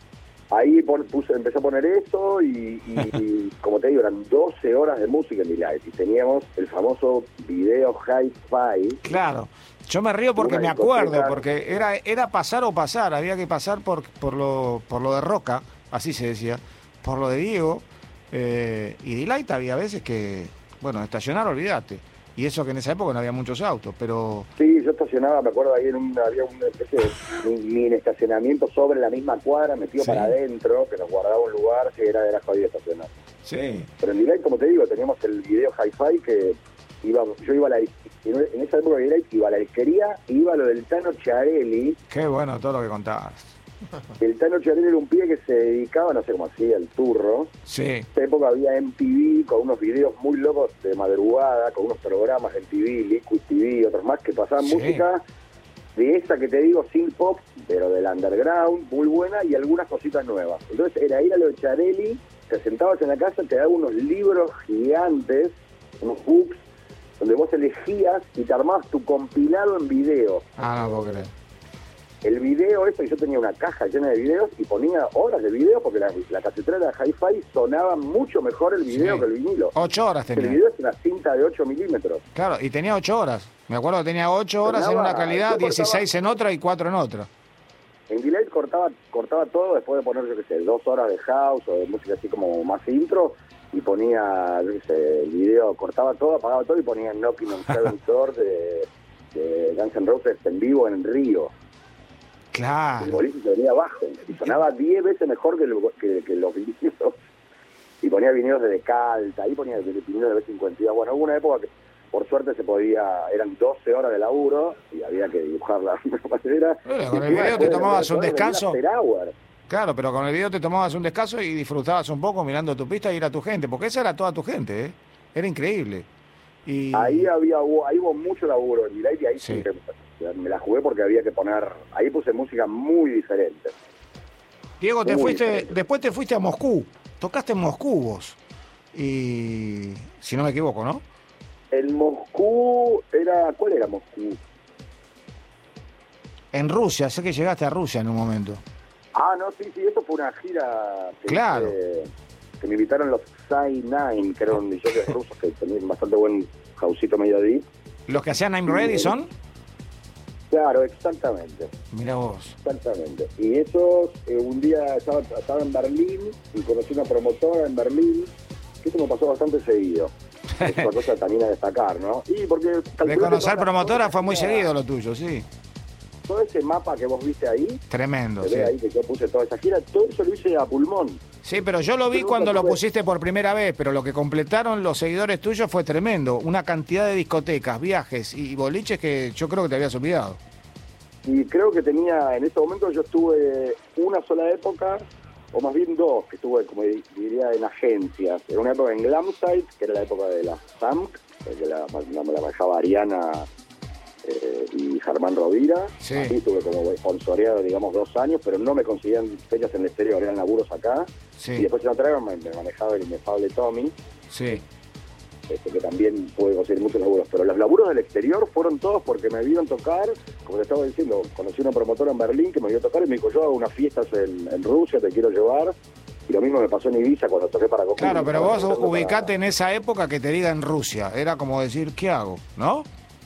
ahí pon- puse, empecé a poner eso y, y, y, como te digo, eran doce horas de música en Delight y teníamos el famoso video Hi-Fi. Claro. Yo me río porque Una me acuerdo, discoteca. porque era era pasar o pasar, había que pasar por por lo por lo de Roca, así se decía, por lo de Diego, eh, y Delight había veces que, bueno, estacionar, olvídate. Y eso que en esa época no había muchos autos, pero... Sí, yo estacionaba, me acuerdo, ahí en un, había una especie de mini estacionamiento sobre la misma cuadra, metido Sí. para adentro, que nos guardaba un lugar, que era, era jodido estacionar. Sí. Pero en Delight, como te digo, teníamos el video Hi-Fi que iba, yo iba a la, en esa época de Delight iba a la disquería, iba a lo del Tano Chiarelli. Qué bueno todo lo que contabas. El Tano Chiarelli era un pibe que se dedicaba, no sé cómo hacía, el turro. Sí. En esa época había M T V con unos videos muy locos de madrugada, con unos programas M T V, Liquid T V y otros más que pasaban Sí. música de esa que te digo, synth pop, pero del underground, muy buena y algunas cositas nuevas. Entonces era ir a lo de Chiarelli, te sentabas en la casa, te daba unos libros gigantes, unos books, donde vos elegías y te armabas tu compilado en video. Ah, no puedo creer. El video, eso, y yo tenía una caja llena de videos y ponía horas de video porque la, la casetera de Hi-Fi sonaba mucho mejor el video Sí. que el vinilo. Ocho horas El tenía. video es una cinta de ocho milímetros. Claro, y tenía ocho horas. Me acuerdo que tenía ocho horas en Sonaba- una calidad, yo cortaba- dieciséis en otra y cuatro en otra. En Delay cortaba cortaba todo después de poner, yo qué sé, dos horas de house o de música así como más intro y ponía, yo qué sé, el video, cortaba todo, apagaba todo y ponía Knocking on Heaven's Door de, de Guns N' Roses en vivo en Río. El Claro. boliche se venía abajo y sonaba diez veces mejor que, lo- que, que los vinilos. Y ponía vinilos de Decalta, ahí ponía vinilos de B cincuenta y dos. Bueno, hubo una época que por suerte se podía, eran doce horas de laburo y había que dibujar la madera. Bueno, con el Y encima video después te de tomabas doce un horas venía descanso. After Hour. Claro, pero con el video te tomabas un descanso y disfrutabas un poco mirando tu pista y ir a tu gente, porque esa era toda tu gente, ¿eh? Era increíble. Y... Ahí había hubo, ahí hubo mucho laburo en Delay y ahí Sí. sí que me la jugué porque había que poner, ahí puse música muy diferente. Diego, te Muy fuiste, diferente. después te fuiste a Moscú, tocaste en Moscú vos, y si no me equivoco, ¿no? El Moscú era, ¿cuál era Moscú? En Rusia, sé que llegaste a Rusia en un momento. Ah, no, sí, sí, eso fue una gira que, Claro. hice, que me invitaron los Psy Nine, que eran D Js rusos que tenían bastante buen jausito medio deep. ¿Los que hacían I'm Ready son? Claro, exactamente, Mira vos. exactamente. Y esos, eh, un día estaba, estaba en Berlín y conocí una promotora en Berlín, que eso me pasó bastante seguido. Es una cosa también a destacar, ¿no? Y porque De calculé que conocer todas las promotora cosas fue muy que- seguido lo tuyo, sí. Todo ese mapa que vos viste ahí, Tremendo, se sí. ve ahí que yo puse toda esa gira, todo eso lo hice a pulmón. Sí, pero yo lo vi Pero cuando nunca lo tuve- pusiste por primera vez, pero lo que completaron los seguidores tuyos fue tremendo. Una cantidad de discotecas, viajes y boliches que yo creo que te habías olvidado. Y creo que tenía, en ese momento yo estuve una sola época, o más bien dos, que estuve, como di- diría, en agencias. En una época en Glamsite, que era la época de la S A M C, que la, la, la manejaba Ariana eh, y Germán Rovira. Sí. Así estuve como sponsoreado, digamos, dos años, pero no me conseguían fechas en el exterior, eran laburos acá. Sí. Y después en otra época me, me manejaba el inefable Tommy, Sí. este, que también pude conseguir muchos laburos. Pero los laburos del exterior fueron todos porque me vieron tocar, como te estaba diciendo, conocí una promotora en Berlín que me vio tocar y me dijo, yo hago unas fiestas en, en Rusia, te quiero llevar. Y lo mismo me pasó en Ibiza cuando toqué para Copa. Claro, pero vos ubicate en esa época que te diga en Rusia. Era como decir, ¿qué hago? ¿No?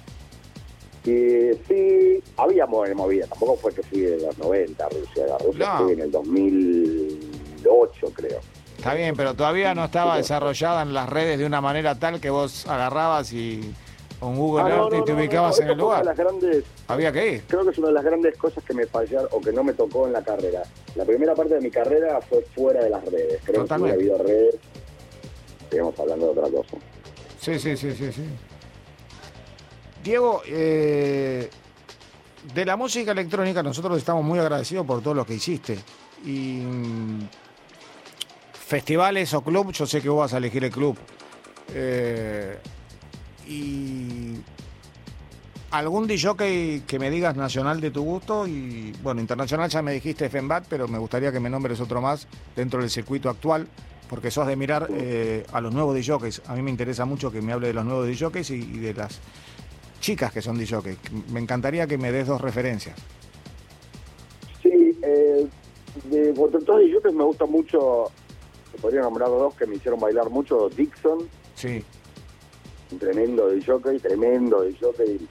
Y sí, había mo- movida, tampoco fue que fui en los noventa a Rusia, a Rusia No. fui en el dos mil ocho, creo. Está bien, pero todavía no estaba desarrollada en las redes de una manera tal que vos agarrabas y con Google Ah, no, Earth y no, te no, ubicabas no, en el eso fue una de lugar. las grandes, Había que ir. creo que es una de las grandes cosas que me fallaron o que no me tocó en la carrera. La primera parte de mi carrera fue fuera de las redes. Creo Totalmente. que si hubiera habido redes, estaríamos hablando de otra cosa. Sí, sí, sí, sí, sí. Diego, eh, de la música electrónica nosotros estamos muy agradecidos por todo lo que hiciste. Y mm, festivales o club, yo sé que vos vas a elegir el club. Eh, y algún D J que, que me digas nacional de tu gusto y bueno, internacional ya me dijiste Fembat, pero me gustaría que me nombres otro más dentro del circuito actual, porque sos de mirar eh, a los nuevos D Js. A mí me interesa mucho que me hable de los nuevos D Js y, y de las chicas que son D Js. Me encantaría que me des dos referencias. Sí, eh, de todos ellos me gusta mucho, podría nombrar dos que me hicieron bailar mucho, Dixon. Sí. Un tremendo de jockey, tremendo de jockey.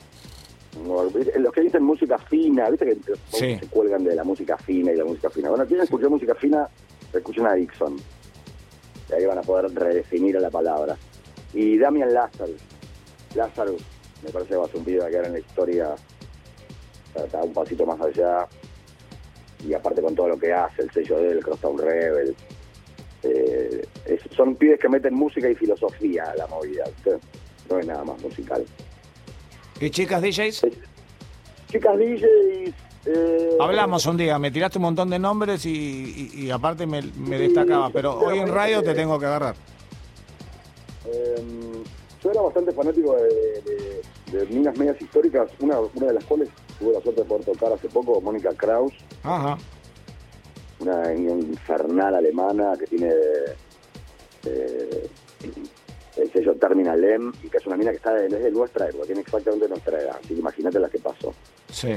Los que dicen música fina, viste que sí. se cuelgan de la música fina y la música fina. Bueno, quieren escuchar música fina, escuchen a Dixon. Y ahí van a poder redefinir a la palabra. Y Damian Lazarus. Lazarus, me parece que va a ser un video que quedar en la historia. Está un pasito más allá. Y aparte con todo lo que hace, el sello de él, Crosstown Rebel. Eh, es, son pibes que meten música y filosofía a la movida, ¿viste? No es nada más musical. ¿Y chicas D Js? Eh, chicas D Js... Eh, Hablamos un día, me tiraste un montón de nombres y, y, y aparte me, me destacaba, pero hoy en radio te tengo que agarrar. Eh, yo era bastante fanático de, de, de minas medias históricas, una, una de las cuales tuve la suerte de poder tocar hace poco, Mónica Kraus. Ajá. Una infernal alemana que tiene eh, el sello Terminal M y que es una mina que está de, desde nuestra época, tiene exactamente nuestra edad, así que imagínate la que pasó. Sí.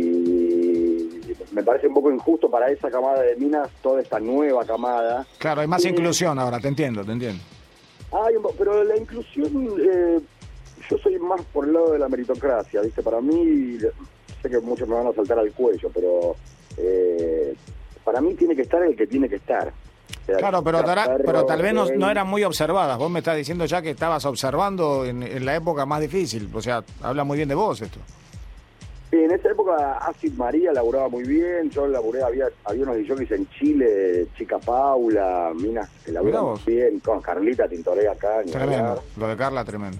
Y me parece un poco injusto para esa camada de minas, toda esta nueva camada. Claro, hay más y, inclusión ahora, te entiendo, te entiendo. Hay un, pero la inclusión, eh, yo soy más por el lado de la meritocracia, ¿viste? Para mí, sé que muchos me van a saltar al cuello, pero eh, para mí tiene que estar el que tiene que estar. O sea, Claro, pero, tará, pero tal vez no, gay. no eran muy observadas. Vos me estás diciendo ya que estabas observando en, en la época más difícil. O sea, habla muy bien de vos esto. Sí, en esa época Acid María laburaba muy bien, yo laburé, había, había unos D Js en Chile, Chica Paula, minas que laburan muy bien, con Carlita Tintoré acá. Tremendo, lo de Carla tremendo.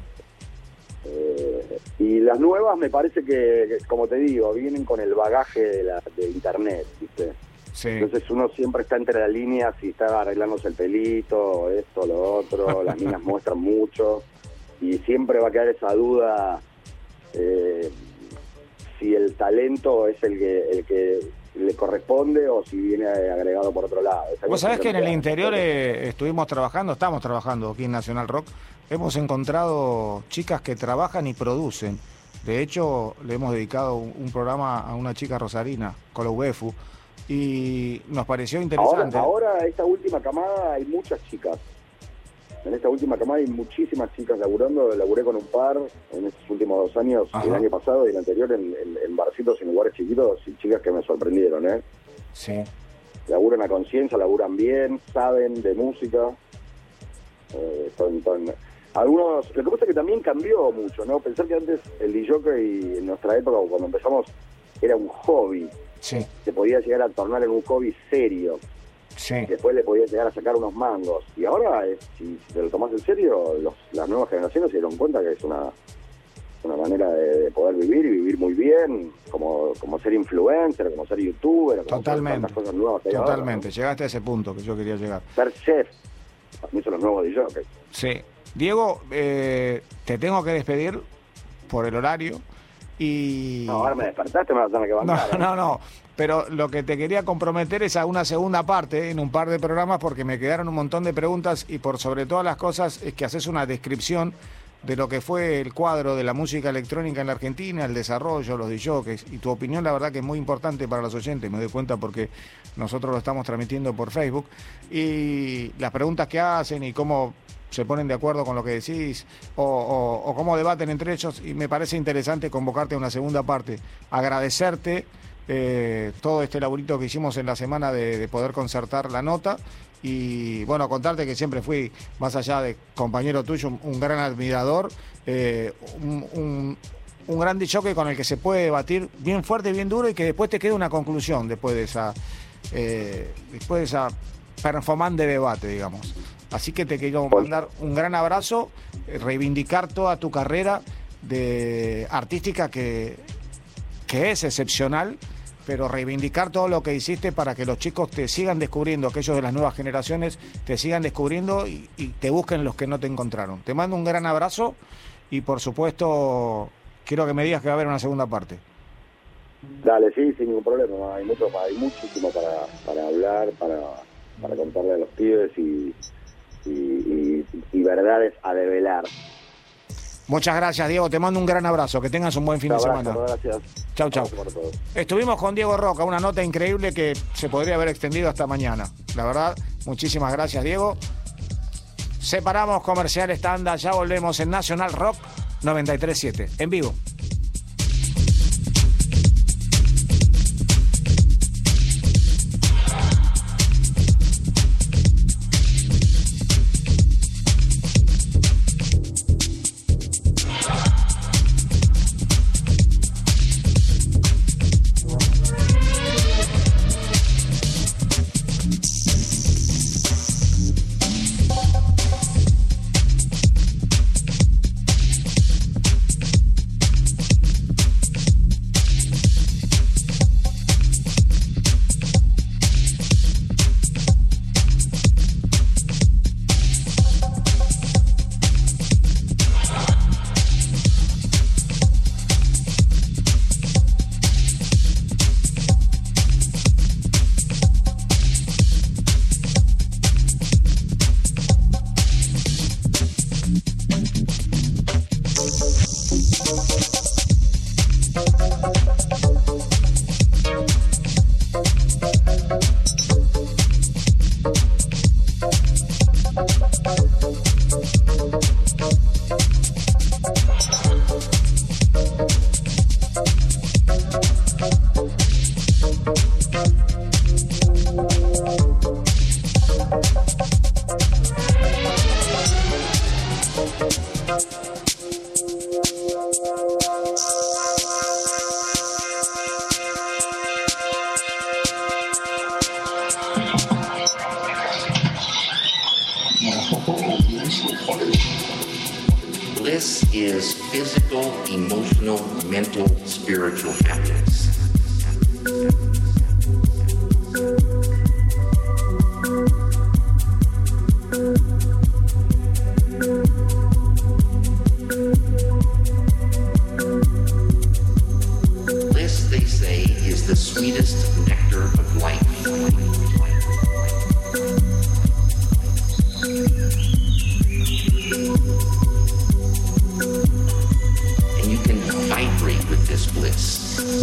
Eh, y las nuevas me parece que, que, como te digo, vienen con el bagaje de, la, de internet, ¿viste? Sí. Entonces uno siempre está entre las líneas y está arreglándose el pelito, esto, lo otro, las minas muestran mucho y siempre va a quedar esa duda eh, si el talento es el que el que le corresponde o si viene agregado por otro lado. Vos sabés que en el interior eh, estuvimos trabajando, estamos trabajando aquí en Nacional Rock, hemos encontrado chicas que trabajan y producen. De hecho, le hemos dedicado un, un programa a una chica rosarina, Colo Uefu, y nos pareció interesante. Ahora, ahora, esta última camada hay muchas chicas. En esta última camada hay muchísimas chicas laburando. Laburé con un par en estos últimos dos años, Ajá. el año pasado y el anterior, en, en, en barcitos, en lugares chiquitos, y chicas que me sorprendieron, ¿eh? Sí. Laburan a conciencia, laburan bien, saben de música. Eh, son, son, algunos, lo que pasa es que también cambió mucho, ¿no? Pensar que antes el D J en nuestra época, cuando empezamos, era un hobby. Sí. Se podía llegar a tornar en un hobby serio. Sí. Después le podías llegar a sacar unos mangos. Y ahora, es, si, si te lo tomás en serio, los, las nuevas generaciones se dieron cuenta que es una, una manera de, de poder vivir y vivir muy bien, como, como ser influencer, como ser youtuber, como Totalmente. Hacer cosas nuevas que Totalmente. Ahora, ¿no? Llegaste a ese punto que yo quería llegar. Ser chef. Para mí son los nuevos D Js. Sí. Diego, eh, te tengo que despedir por el horario. Y... No, ahora me despertaste, me vas a tener que bancar. No, no, no. Pero lo que te quería comprometer es a una segunda parte en un par de programas porque me quedaron un montón de preguntas y por sobre todas las cosas es que haces una descripción de lo que fue el cuadro de la música electrónica en la Argentina, el desarrollo, los D Js y tu opinión la verdad que es muy importante para los oyentes, me doy cuenta porque nosotros lo estamos transmitiendo por Facebook y las preguntas que hacen y cómo se ponen de acuerdo con lo que decís o, o, o cómo debaten entre ellos y me parece interesante convocarte a una segunda parte, agradecerte eh, todo este laburito que hicimos en la semana de, de poder concertar la nota y bueno, contarte que siempre fui, más allá de compañero tuyo, un, un gran admirador, eh, un, un, un gran D J con el que se puede debatir bien fuerte y bien duro y que después te quede una conclusión después de esa eh, después de esa performance de debate, digamos. Así que te quiero mandar un gran abrazo, reivindicar toda tu carrera de artística que, que es excepcional, pero reivindicar todo lo que hiciste para que los chicos te sigan descubriendo, aquellos de las nuevas generaciones te sigan descubriendo y, y te busquen los que no te encontraron. Te mando un gran abrazo y por supuesto quiero que me digas que va a haber una segunda parte. Dale, sí, sin ningún problema. Hay mucho, hay muchísimo para, para hablar, para, para contarle a los pibes y... Y, y, y verdades a develar. Muchas gracias, Diego. Te mando un gran abrazo. Que tengas un buen fin Un de abrazo, semana. gracias. Chau, chau. Abrazo para todos. Estuvimos con Diego Roca, una nota increíble que se podría haber extendido hasta mañana. La verdad, muchísimas gracias, Diego. Separamos comerciales, tanda, ya volvemos en Nacional Rock noventa y tres siete, en vivo. Bliss is physical, emotional, mental, spiritual happiness. Bliss, they say, is the sweetest nectar of life. And you can vibrate with this bliss.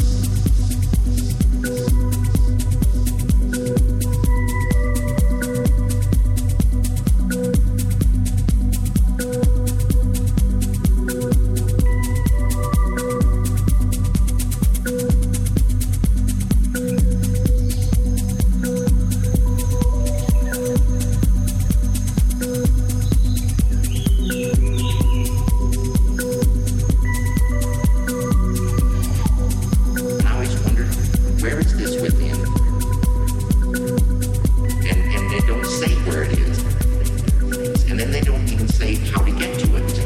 I always wondered, where is this within? And, and they don't say where it is. And then they don't even say how to get to it.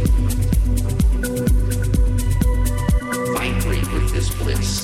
Vibrate with this bliss.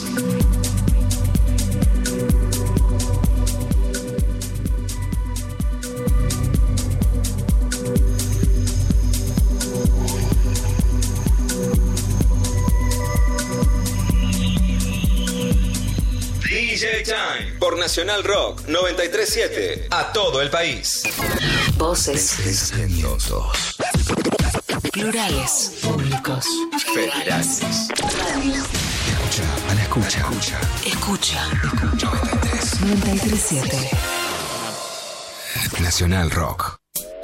D J Time por Nacional Rock noventa y tres siete a todo el país. Voces, Pensamientos. plurales, públicos, Federales. Escucha, a la escucha. Escucha. escucha, noventa y tres siete. Nacional Rock.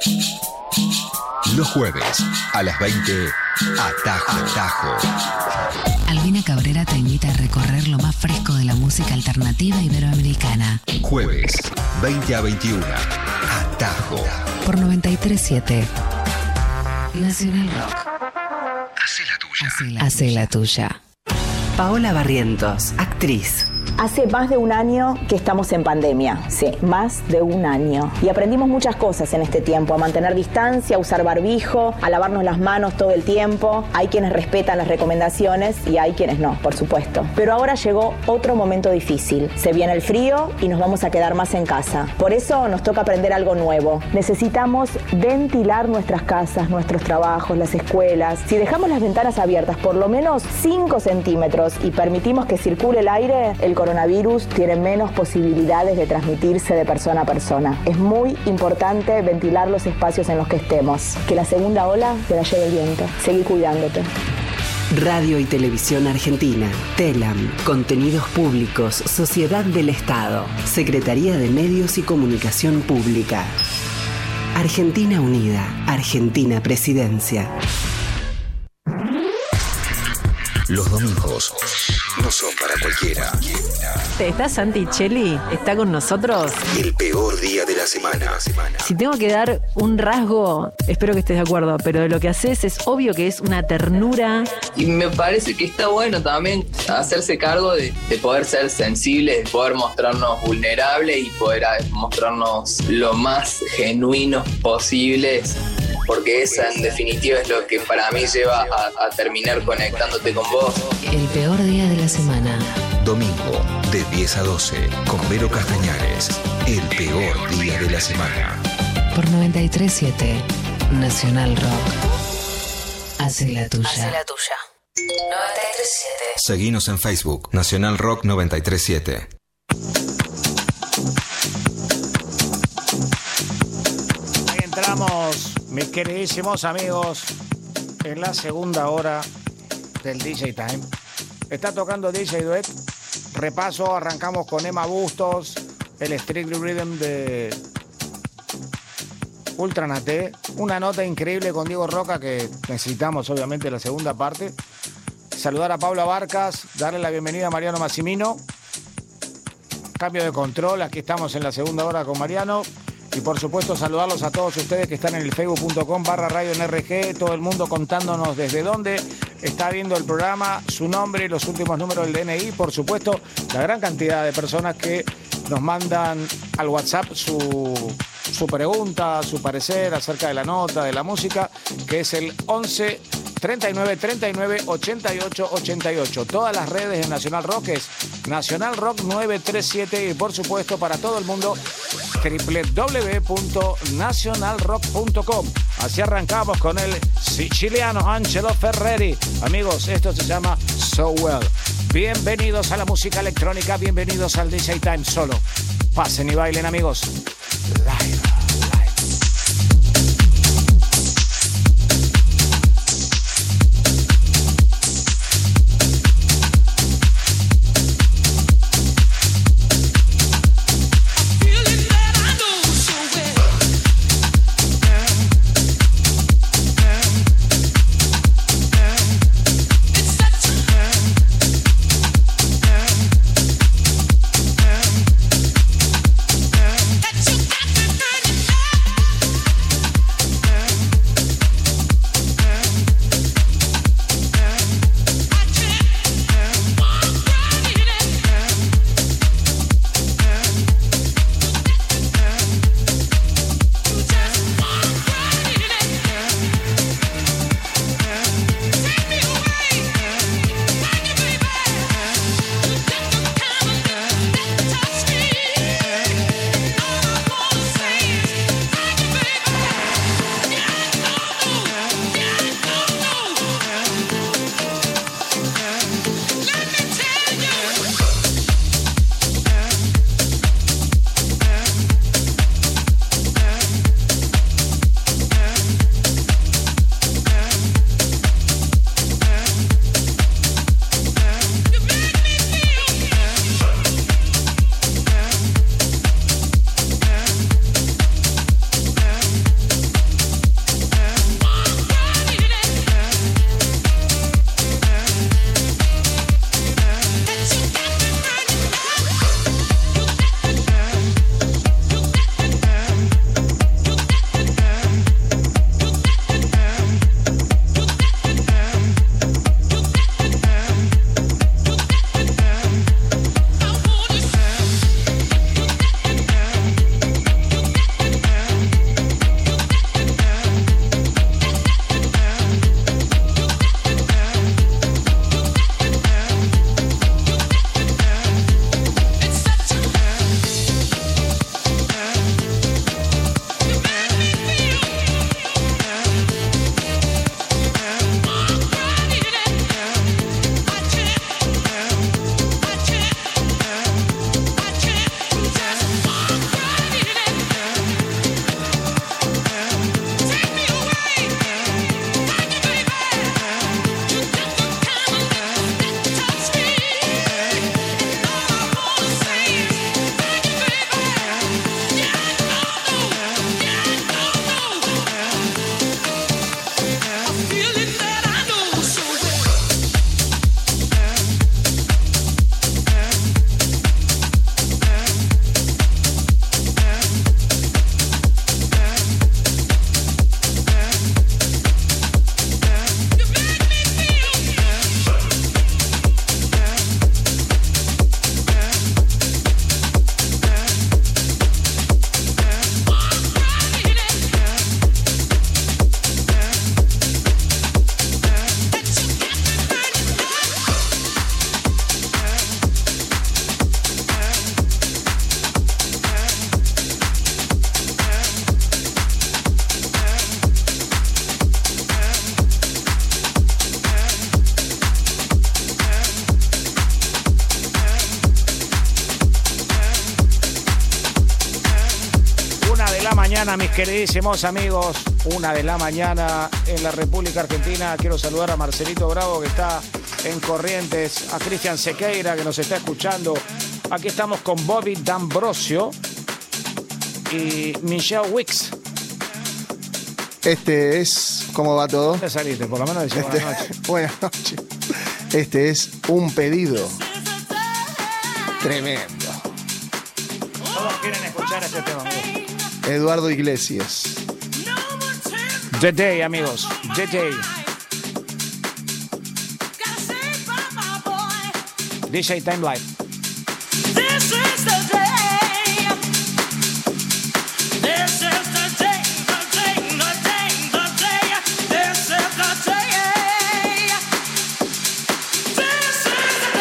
Los jueves a las veinte, Atajo. Atajo. Albina Cabrera te invita a recorrer lo más fresco de la música alternativa iberoamericana. Jueves, veinte a veintiuno, Atajo. Por noventa y tres siete. Nacional Rock. Hacé la tuya. Hacé la, Hacé la tuya. Paola Barrientos, actriz. Hace más de un año que estamos en pandemia, sí, más de un año. Y aprendimos muchas cosas en este tiempo, a mantener distancia, a usar barbijo, a lavarnos las manos todo el tiempo. Hay quienes respetan las recomendaciones y hay quienes no, por supuesto. Pero ahora llegó otro momento difícil. Se viene el frío y nos vamos a quedar más en casa. Por eso nos toca aprender algo nuevo. Necesitamos ventilar nuestras casas, nuestros trabajos, las escuelas. Si dejamos las ventanas abiertas por lo menos cinco centímetros y permitimos que circule el aire, el coronavirus tiene menos posibilidades de transmitirse de persona a persona. Es muy importante ventilar los espacios en los que estemos. Que la segunda ola te la lleve el viento. Seguí cuidándote. Radio y Televisión Argentina, TELAM, Contenidos Públicos, Sociedad del Estado, Secretaría de Medios y Comunicación Pública. Argentina Unida, Argentina Presidencia. Los domingos no son para cualquiera. ¿Está Santi Cheli? ¿Está con nosotros? El peor día de la semana. Si tengo que dar un rasgo, espero que estés de acuerdo, pero de lo que haces es obvio que es una ternura. Y me parece que está bueno también hacerse cargo de, de poder ser sensibles, de poder mostrarnos vulnerables y poder mostrarnos lo más genuinos posibles. Porque esa en definitiva es lo que para mí lleva a, a terminar conectándote con vos. El peor día de la semana. Domingo, de diez a doce, con Vero Castañares. El peor día de la semana. Por noventa y tres punto siete, Nacional Rock. Hace la tuya. Hace la tuya. noventa y tres punto siete. Seguinos en Facebook, Nacional Rock noventa y tres punto siete. Ahí entramos, mis queridísimos amigos, en la segunda hora del D J Time. Está tocando D J Duet. Repaso, arrancamos con Emma Bustos, el Strictly Rhythm de Ultranate. Una nota increíble con Diego Roca que necesitamos obviamente la segunda parte. Saludar a Paula Barcas, darle la bienvenida a Mariano Massimino. Cambio de control, aquí estamos en la segunda hora con Mariano. Y por supuesto saludarlos a todos ustedes que están en el facebook punto com barra radio N R G, todo el mundo contándonos desde dónde está viendo el programa, su nombre y los últimos números del D N I. Por supuesto, la gran cantidad de personas que nos mandan al WhatsApp su, su pregunta, su parecer acerca de la nota, de la música, que es el once treinta y nueve treinta y nueve ochenta y ocho ochenta y ocho. Todas las redes de Nacional Rock es Nacional Rock nueve tres siete y por supuesto para todo el mundo doble u doble u doble u punto nacional rock punto com. Así arrancamos con el siciliano Angelo Ferreri. Amigos, esto se llama So Well. Bienvenidos a la música electrónica, bienvenidos al D J Time solo. Pasen y bailen, amigos. Live. That you got to do. mañana, mis queridísimos amigos. Una de la mañana en la República Argentina. Quiero saludar a Marcelito Bravo, que está en Corrientes, a Cristian Sequeira, que nos está escuchando. Aquí estamos con Bobby D'Ambrosio y Michelle Wicks. Este es... ¿Cómo va todo? ¿Dónde saliste? Por lo menos decimos este, buenas noches. Buenas noches. Este es un pedido tremendo. Todos quieren escuchar este tema, amigos. Eduardo Iglesias. The Day, amigos. The Day. D J Time Live. This is the day. This is the day. The day, the day, the day. This is the day. This is the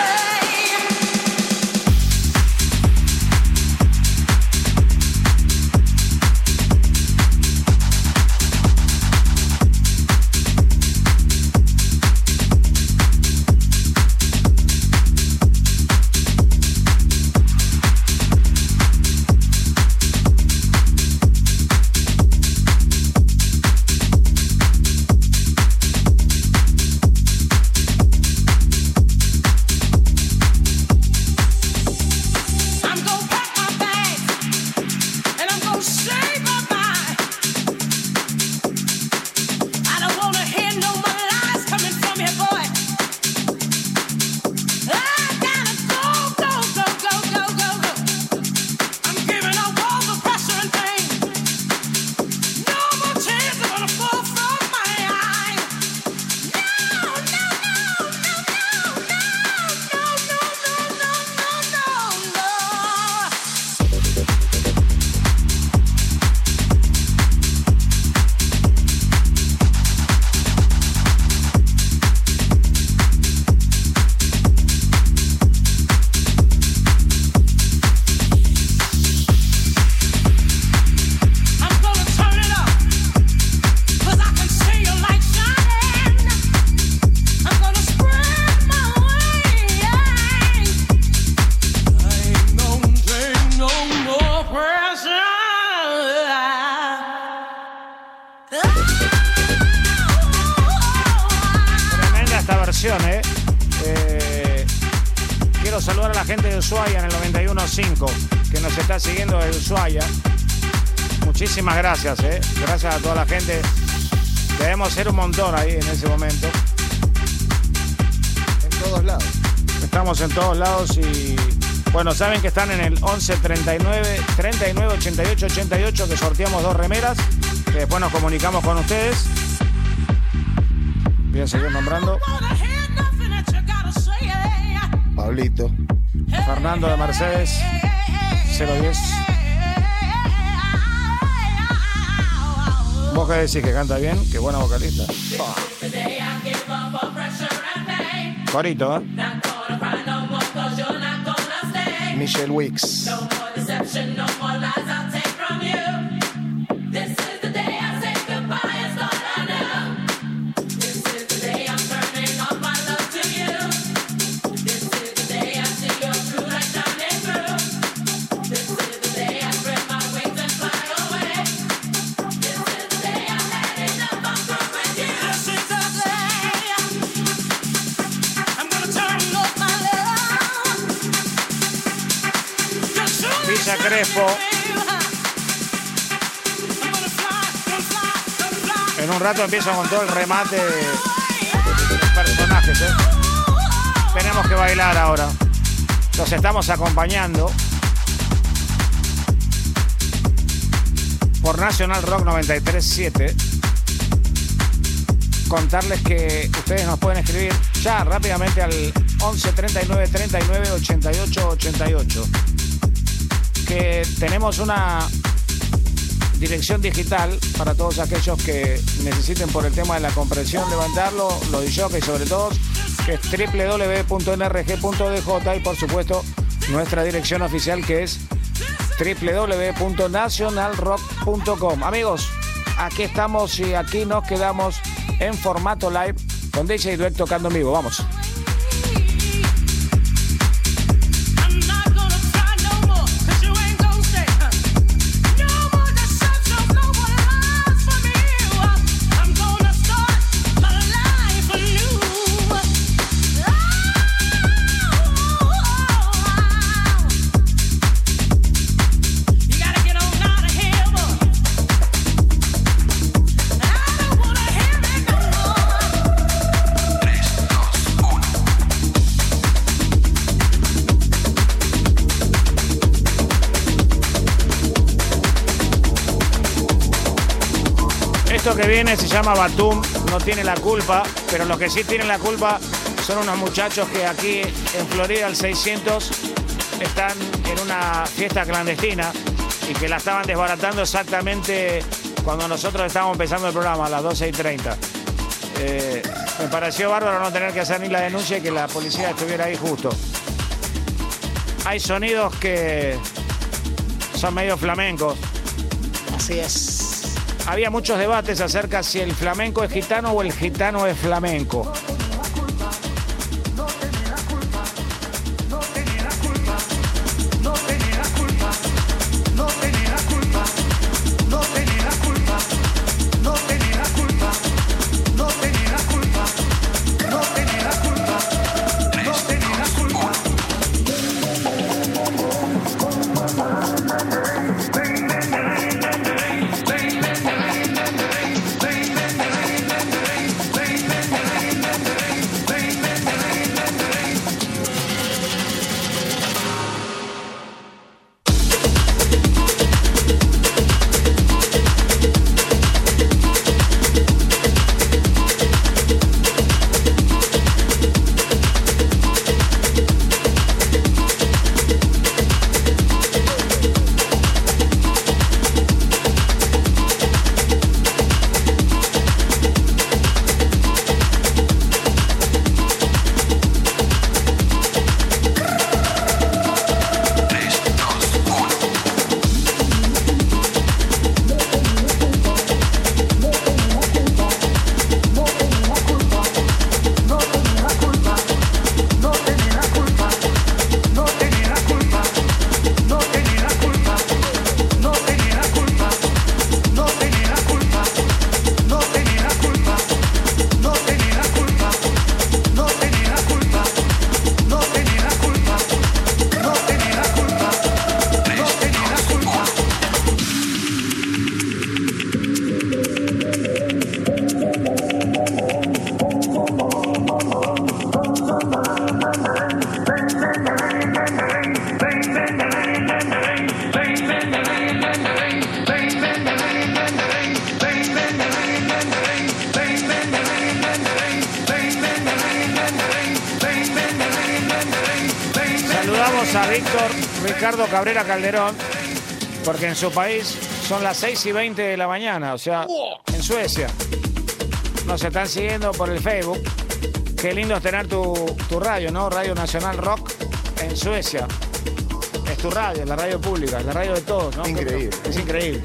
¿eh? Eh, quiero saludar a la gente de Ushuaia en el noventa y uno punto cinco que nos está siguiendo de Ushuaia. Muchísimas gracias, ¿eh? Gracias a toda la gente. Debemos ser un montón ahí en ese momento. En todos lados. Estamos en todos lados y bueno, saben que están en el once treinta y nueve treinta y nueve ochenta y ocho ochenta y ocho, que sorteamos dos remeras, que después nos comunicamos con ustedes. Voy a seguir nombrando. Pablito. Fernando de Mercedes, cero diez. ¿Vos qué decís? ¿Que canta bien? Qué buena vocalista. Oh. Corito, ¿eh? Michelle Wicks. Villa Crespo. En un rato empiezo con todo el remate de personajes, ¿eh? Tenemos que bailar ahora. Los estamos acompañando por Nacional Rock noventa y tres punto siete. Contarles que ustedes nos pueden escribir ya rápidamente al once treinta y nueve treinta y nueve ochenta y ocho ochenta y ocho. Que tenemos una dirección digital para todos aquellos que necesiten por el tema de la compresión levantarlo, los D J y sobre todo, que es doble u doble u doble u punto n r g punto d j, y por supuesto nuestra dirección oficial, que es doble u doble u doble u punto nacional rock punto com. Amigos, aquí estamos y aquí nos quedamos en formato live con D J Dweck tocando en vivo. Vamos. sonidito que viene se llama Batum, no tiene la culpa, pero los que sí tienen la culpa son unos muchachos que aquí en Florida al seiscientos están en una fiesta clandestina y que la estaban desbaratando exactamente cuando nosotros estábamos empezando el programa a las doce y treinta. Eh, me pareció bárbaro no tener que hacer ni la denuncia y que la policía estuviera ahí justo. Hay sonidos que son medio flamencos. Así es. Había muchos debates acerca si el flamenco es gitano o el gitano es flamenco. A Víctor Ricardo Cabrera Calderón, porque en su país son las seis y veinte de la mañana, o sea, en Suecia. Nos están siguiendo por el Facebook. Qué lindo es tener tu, tu radio, ¿no? Radio Nacional Rock en Suecia. Es tu radio, la radio pública, la radio de todos, ¿no? Increíble. Es increíble.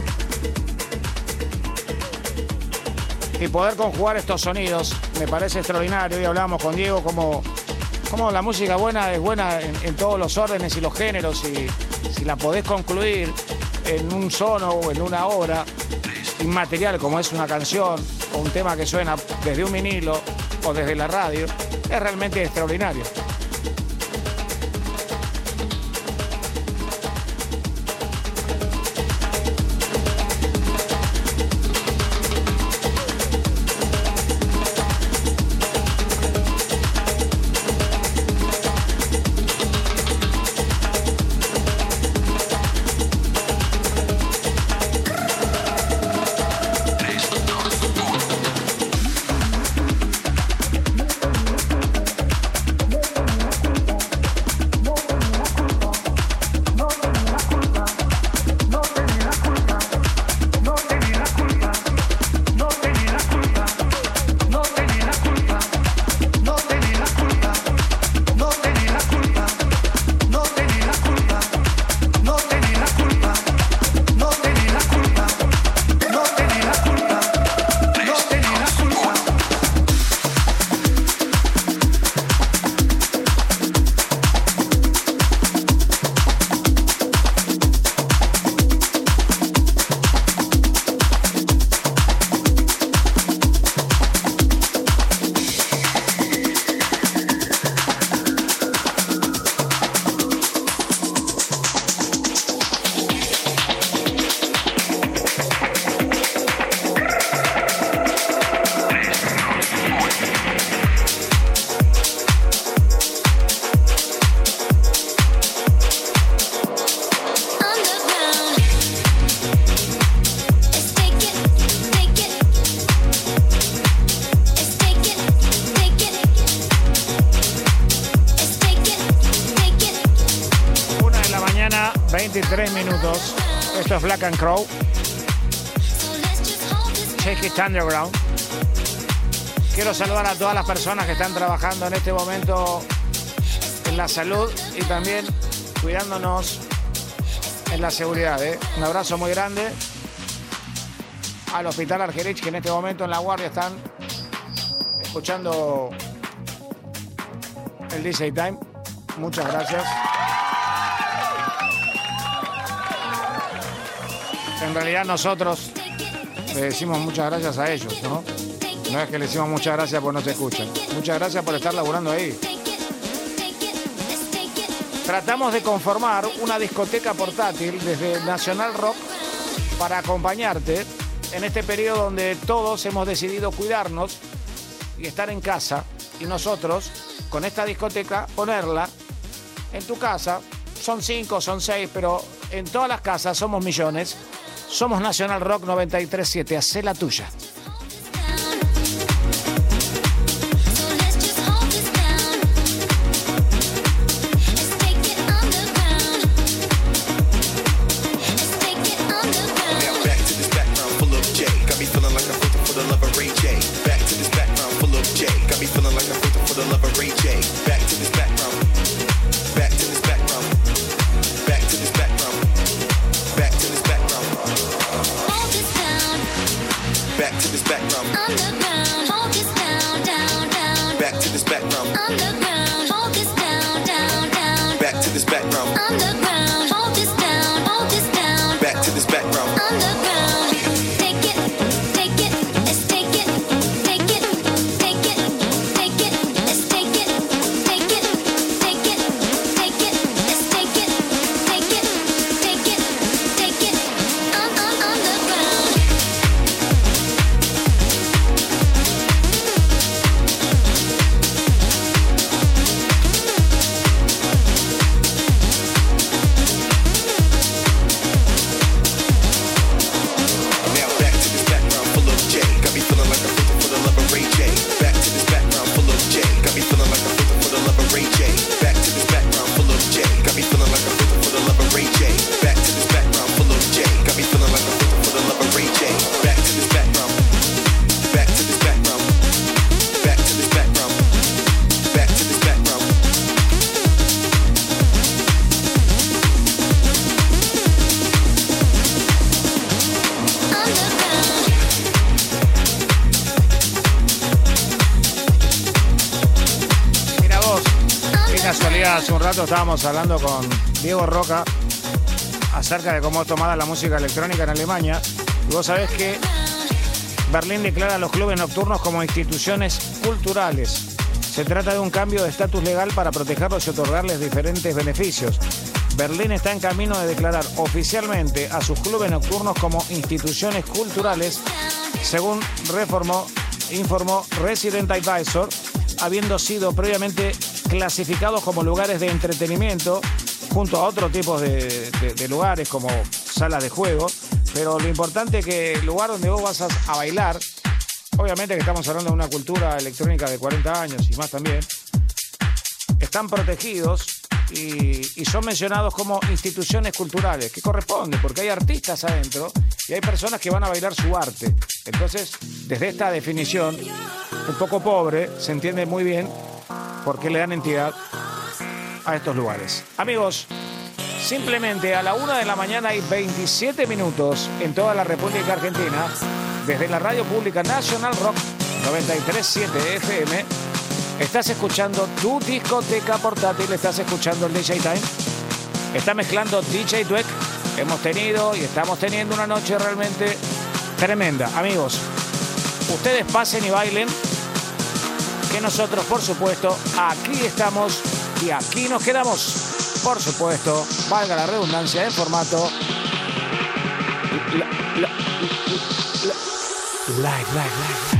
Y poder conjugar estos sonidos me parece extraordinario. Y hablamos con Diego como... Como la música buena es buena en, en todos los órdenes y los géneros, y si la podés concluir en un sono o en una obra inmaterial como es una canción o un tema que suena desde un vinilo o desde la radio, es realmente extraordinario. veintitrés minutos. Esto es Black and Crow. Check It Underground. Quiero saludar a todas las personas que están trabajando en este momento en la salud y también cuidándonos en la seguridad, ¿eh? Un abrazo muy grande al Hospital Argerich, que en este momento en La Guardia están escuchando el D J Time. Muchas gracias. En realidad nosotros le decimos muchas gracias a ellos, ¿no? No es que le decimos muchas gracias porque no se escuchan. Muchas gracias por estar laburando ahí. Tratamos de conformar una discoteca portátil desde Nacional Rock para acompañarte en este periodo donde todos hemos decidido cuidarnos y estar en casa. Y nosotros, con esta discoteca, ponerla en tu casa. Son cinco, son seis, pero en todas las casas somos millones. Somos Nacional Rock noventa y tres siete. Hacé la tuya. Hace un rato estábamos hablando con Diego Roca acerca de cómo es tomada la música electrónica en Alemania. Y vos sabés que Berlín declara a los clubes nocturnos como instituciones culturales. Se trata de un cambio de estatus legal para protegerlos y otorgarles diferentes beneficios. Berlín está en camino de declarar oficialmente a sus clubes nocturnos como instituciones culturales, según reformó, informó Resident Advisor, habiendo sido previamente clasificados como lugares de entretenimiento junto a otros tipos de, de, de lugares como salas de juego. Pero lo importante es que el lugar donde vos vas a, a bailar, obviamente que estamos hablando de una cultura electrónica de cuarenta años y más también, están protegidos y, y son mencionados como instituciones culturales, que corresponde porque hay artistas adentro y hay personas que van a bailar su arte. Entonces, desde esta definición un poco pobre, se entiende muy bien por qué le dan entidad a estos lugares. Amigos, simplemente a la una de la mañana y veintisiete minutos en toda la República Argentina, desde la radio pública Nacional Rock noventa y tres siete F M, estás escuchando tu discoteca portátil, estás escuchando el D J Time, está mezclando D J Dweck. Hemos tenido y estamos teniendo una noche realmente tremenda. Amigos, ustedes pasen y bailen, que nosotros, por supuesto, aquí estamos y aquí nos quedamos. Por supuesto, valga la redundancia, en formato live, live, live, live.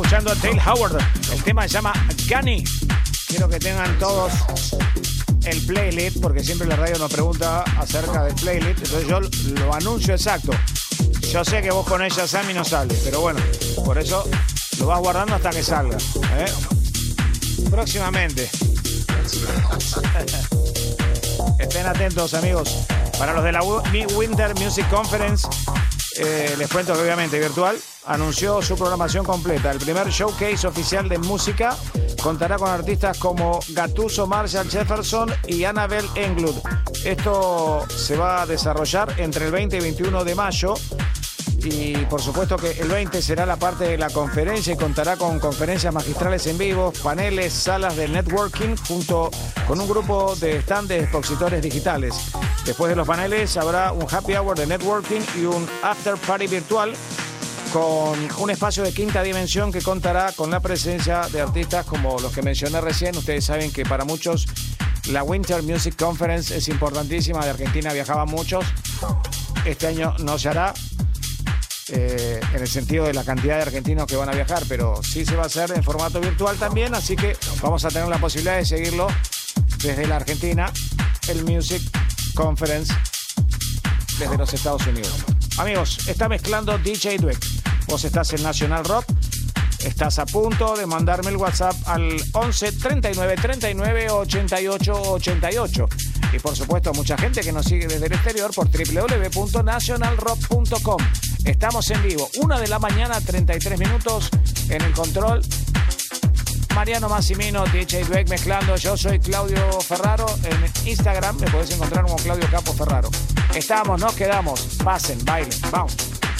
escuchando a Dale Howard. El tema se llama Gunny. Quiero que tengan todos el playlist, porque siempre la radio nos pregunta acerca del playlist. Entonces yo lo anuncio exacto. Yo sé que vos con ella, Sammy, no sale, pero bueno, por eso lo vas guardando hasta que salga, ¿eh? Próximamente. Estén atentos, amigos. Para los de la Winter Music Conference, eh, les cuento que obviamente virtual anunció su programación completa. El primer showcase oficial de música contará con artistas como Gattuso, Marshall Jefferson y Annabelle Englund. Esto se va a desarrollar entre el veinte y veintiuno de mayo. Y por supuesto que el veinte será la parte de la conferencia y contará con conferencias magistrales en vivo, paneles, salas de networking junto con un grupo de stand de expositores digitales. Después de los paneles habrá un happy hour de networking y un after party virtual con un espacio de quinta dimensión que contará con la presencia de artistas como los que mencioné recién. Ustedes saben que para muchos la Winter Music Conference es importantísima. De Argentina viajaban muchos. Este año no se hará. Eh, en el sentido de la cantidad de argentinos que van a viajar, pero sí se va a hacer en formato virtual también, así que vamos a tener la posibilidad de seguirlo desde la Argentina, el Music Conference desde los Estados Unidos. Amigos, está mezclando D J Dweck. Vos estás en Nacional Rock, estás a punto de mandarme el WhatsApp al once treinta y nueve treinta y nueve ochenta y ocho ochenta y ocho. Y por supuesto, mucha gente que nos sigue desde el exterior por doble u doble u doble u punto nacional rock punto com. Estamos en vivo, una de la mañana, treinta y tres minutos, en el control. Mariano Massimino, D J Dweck mezclando. Yo soy Claudio Ferraro. En Instagram me podés encontrar como Claudio Capo Ferraro. Estamos, nos quedamos. Pasen, bailen, vamos.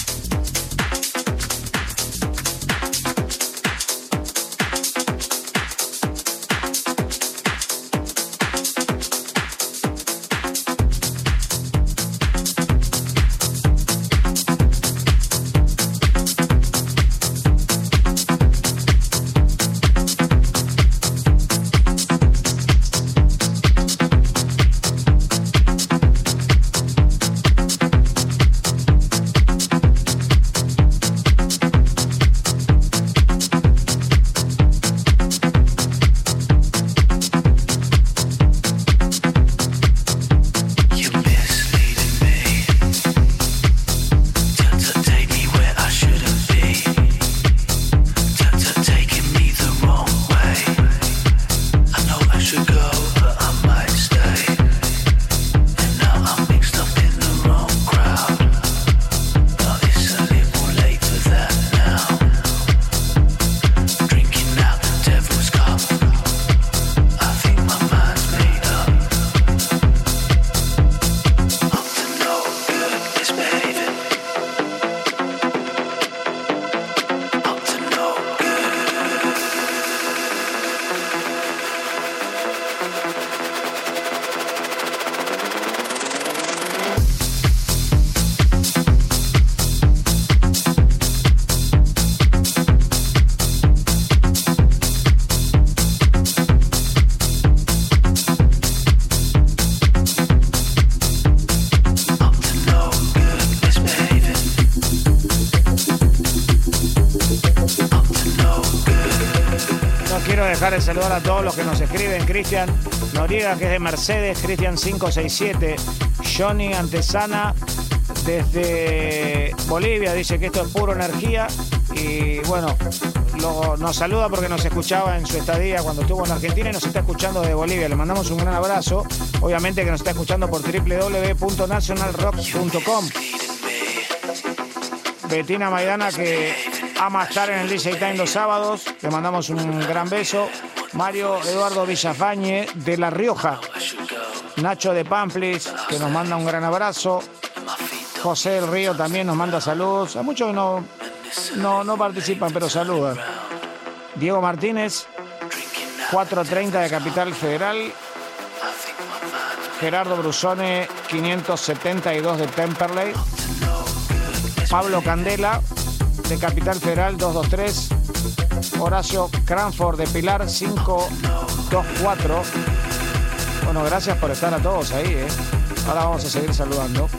Dejar de saludar a todos los que nos escriben. Cristian Noriega, que es de Mercedes, Cristian cinco seis siete, Johnny Antesana desde Bolivia, dice que esto es pura energía y bueno, lo, nos saluda porque nos escuchaba en su estadía cuando estuvo en Argentina y nos está escuchando de Bolivia. Le mandamos un gran abrazo, obviamente que nos está escuchando por doble u doble u doble u punto nacional rock punto com. Betina Maidana, que ama estar en el D J Time los sábados, le mandamos un gran beso. Mario Eduardo Villafañe de La Rioja. Nacho de Pamplis, que nos manda un gran abrazo. José del Río también nos manda saludos. A muchos no, no, no participan, pero saludan. Diego Martínez, cuatrocientos treinta de Capital Federal. Gerardo Brusone, quinientos setenta y dos de Temperley. Pablo Candela, de Capital Federal, doscientos veintitrés. Horacio Cranford, de Pilar, quinientos veinticuatro. Bueno, gracias por estar a todos ahí, ¿eh? Ahora vamos a seguir saludando.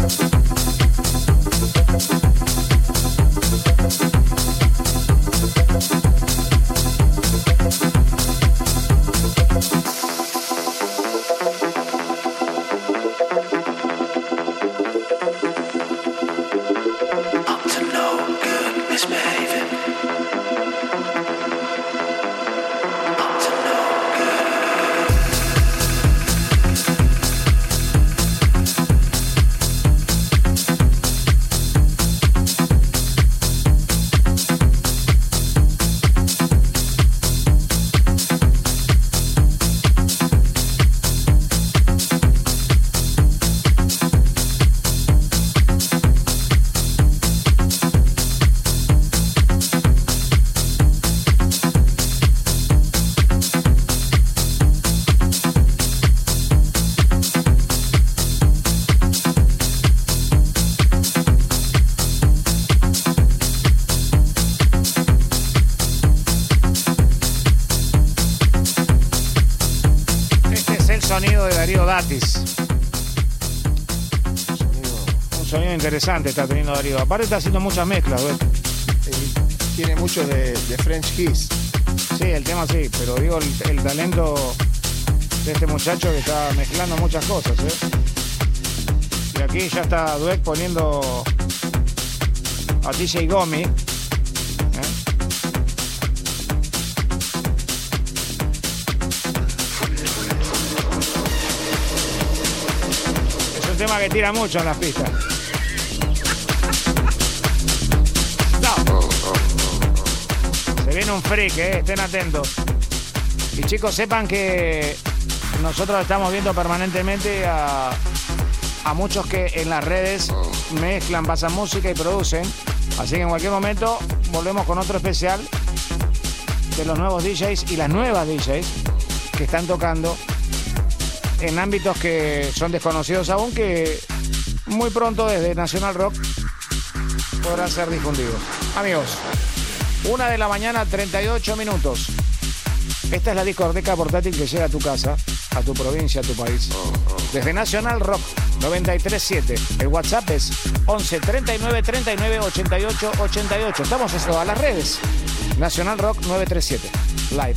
Sonido de Darío Datis. Un sonido interesante está teniendo Darío. Aparte está haciendo muchas mezclas, ¿ves? Tiene mucho de, de French Kiss. Sí, el tema sí, pero digo el, el talento de este muchacho que está mezclando muchas cosas, ¿eh? Y aquí ya está Dweck poniendo a D J Gomi. ¿eh? Es un tema que tira mucho en las pistas. No. Se viene un freak, ¿eh? Estén atentos. Y chicos, sepan que nosotros estamos viendo permanentemente a, a muchos que en las redes mezclan, pasan música y producen. Así que en cualquier momento volvemos con otro especial de los nuevos D Js y las nuevas D Js que están tocando en ámbitos que son desconocidos aún, que muy pronto desde Nacional Rock podrán ser difundidos. Amigos, una de la mañana, treinta y ocho minutos. Esta es la discoteca portátil que llega a tu casa, a tu provincia, a tu país. Desde Nacional Rock noventa y tres siete. El WhatsApp es once treinta y nueve treinta y nueve ochenta y ocho ochenta y ocho. Estamos en todas las redes. Nacional Rock novecientos treinta y siete. Live.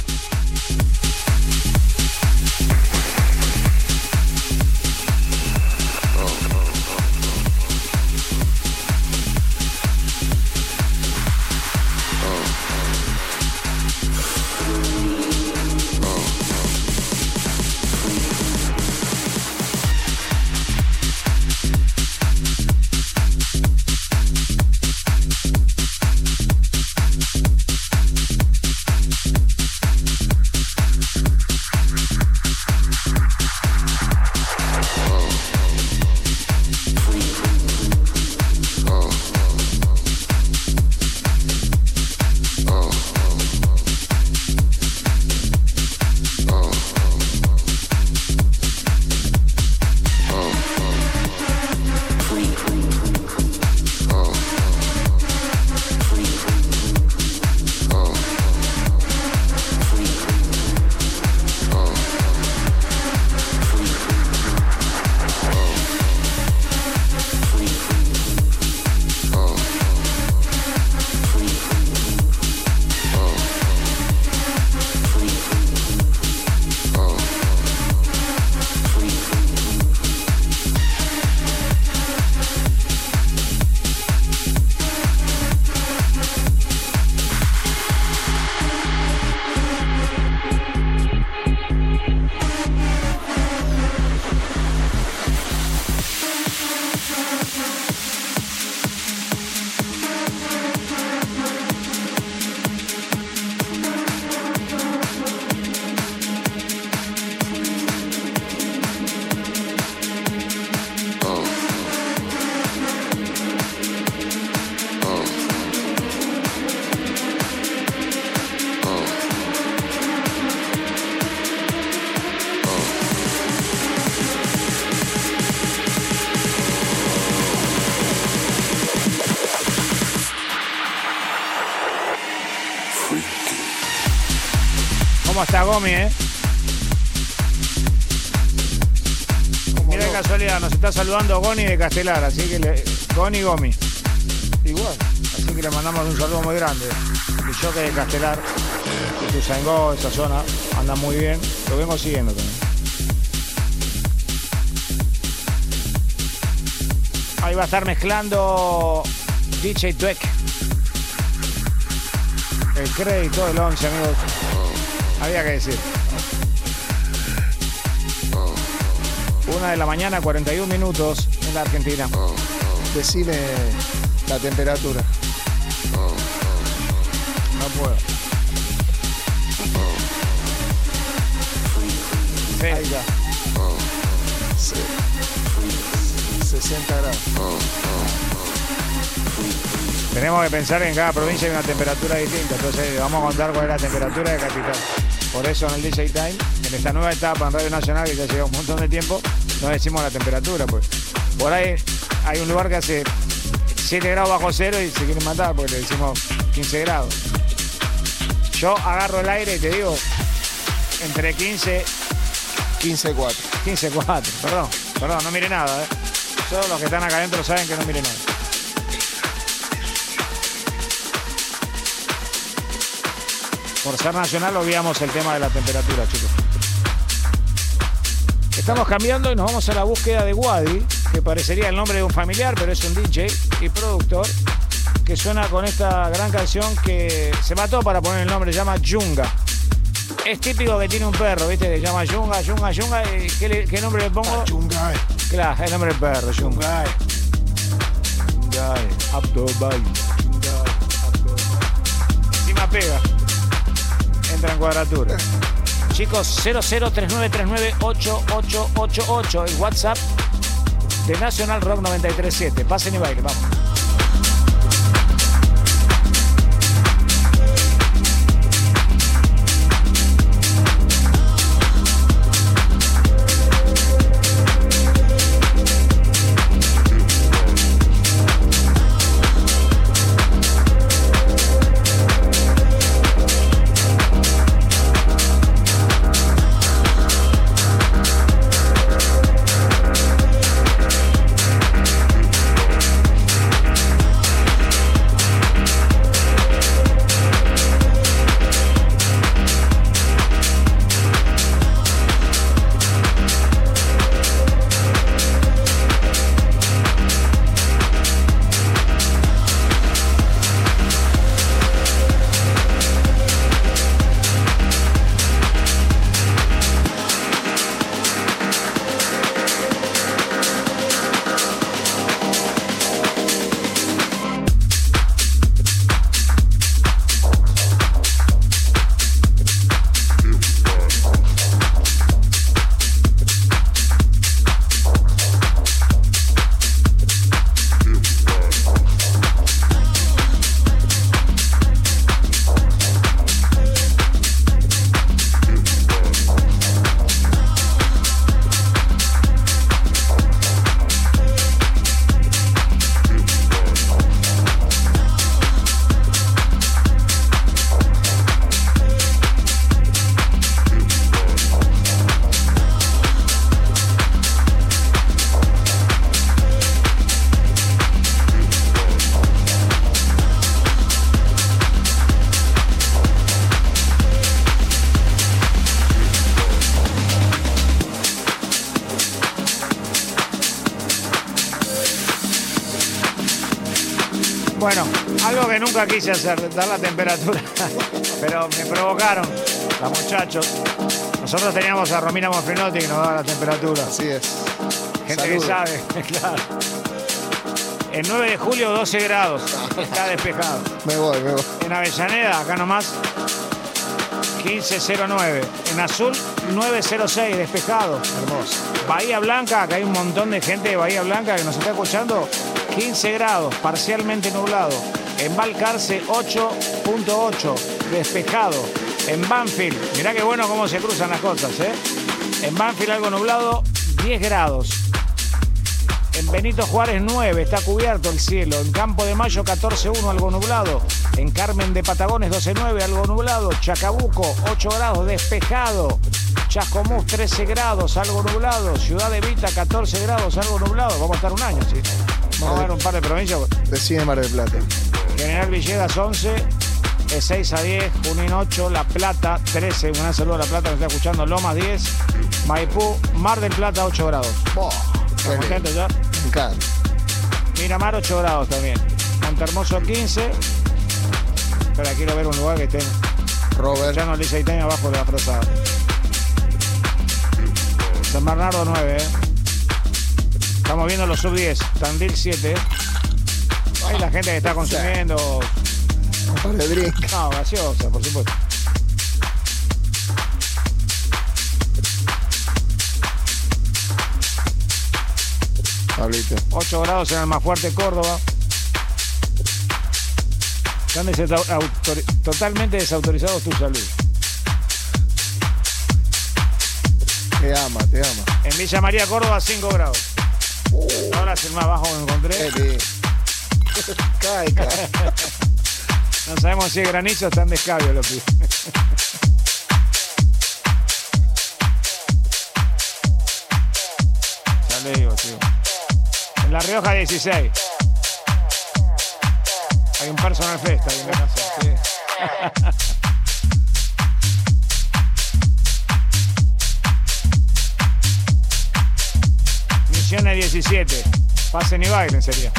¿Cómo está Gomi, eh? Mira que casualidad, nos está saludando Goni de Castelar, así que le, Goni Gomi. Igual, así que le mandamos un saludo muy grande. Y yo que de Castelar, Tuzangó, esa zona, anda muy bien. Lo vengo siguiendo también. Ahí va a estar mezclando D J Dweck. El crédito del once, amigos. Había que decir. Una de la mañana, cuarenta y un minutos en la Argentina. Decime la temperatura. No puedo. Sí. Ahí está. Sí. sesenta grados. Tenemos que pensar que en cada provincia hay una temperatura distinta. Entonces vamos a contar cuál es la temperatura de capital. Por eso en el D J Time, en esta nueva etapa en Radio Nacional, que ya lleva un montón de tiempo, no decimos la temperatura, pues. Por ahí hay un lugar que hace siete grados bajo cero y se quieren matar porque le decimos quince grados. Yo agarro el aire y te digo, entre quince... quince cuatro. quince cuatro, perdón, perdón, no mire nada, ¿eh? Todos los que están acá adentro saben que no mire nada. Por ser nacional obviamos el tema de la temperatura, chicos. Estamos cambiando y nos vamos a la búsqueda de Wadi, que parecería el nombre de un familiar, pero es un D J y productor que suena con esta gran canción que se mató para poner el nombre, se llama Yunga. Es típico que tiene un perro, ¿viste? Que se llama Yunga, Yunga, Yunga. ¿Y qué, le, qué nombre le pongo? Yunga. Claro, el nombre del perro, Yunga. Yunga. Abdobay. Yunga. Encima pega. Entra en cuadratura. Chicos, cero cero tres nueve tres nueve ocho ocho ocho ocho, el WhatsApp de Nacional Rock noventa y tres punto siete. Pasen y bailen, vamos. Bueno, algo que nunca quise hacer, dar la temperatura, pero me provocaron los muchachos. Nosotros teníamos a Romina Monfrinotti que nos daba la temperatura. Así es. Gente Saludos. que sabe, claro. El nueve de julio, doce grados. Está despejado. Me voy, me voy. En Avellaneda, acá nomás, quince cero nueve. En Azul, nueve cero seis, despejado. Hermoso. Bahía Blanca, acá hay un montón de gente de Bahía Blanca que nos está escuchando. quince grados, parcialmente nublado. En Balcarce, ocho punto ocho, despejado. En Banfield, mirá qué bueno cómo se cruzan las cosas, ¿eh? En Banfield, algo nublado, diez grados. En Benito Juárez, nueve, está cubierto el cielo. En Campo de Mayo, catorce uno, algo nublado. En Carmen de Patagones, doce nueve, algo nublado. Chacabuco, ocho grados, despejado. Chascomús, trece grados, algo nublado. Ciudad de Vita, catorce grados, algo nublado. Vamos a estar un año, sí. Vamos a ver un par de provincias. Decide Mar del Plata. General Villegas, once. De seis a diez. Junín, ocho. La Plata, trece. Un saludo a La Plata que está escuchando. Lomas, diez. Maipú, Mar del Plata, ocho grados. Oh, ¿Estamos gente ya? Me encanta. Miramar, ocho grados también. Montermoso, quince. Pero quiero ver un lugar que esté. Robert. Ya no dice ahí abajo de la frazada. San Bernardo, nueve. ¿eh? Estamos viendo los sub diez. Tandil, siete. ¿eh? Ahí la gente que está consumiendo. Un par de drinks. No, gaseosa, por supuesto. Pablito. ocho grados en el más fuerte Córdoba. Están desautori- totalmente desautorizados tu salud. Te ama, te ama. En Villa María, Córdoba, cinco grados. Uh. Ahora es el más bajo que encontré. Eh, cae, cae. No sabemos si es granizo o están de escabio los pibes. Ya le digo, tío. En La Rioja, dieciséis. Hay un personal fest ahí en la casa. Sí. Misiones, diecisiete. Pasen y bailen sería.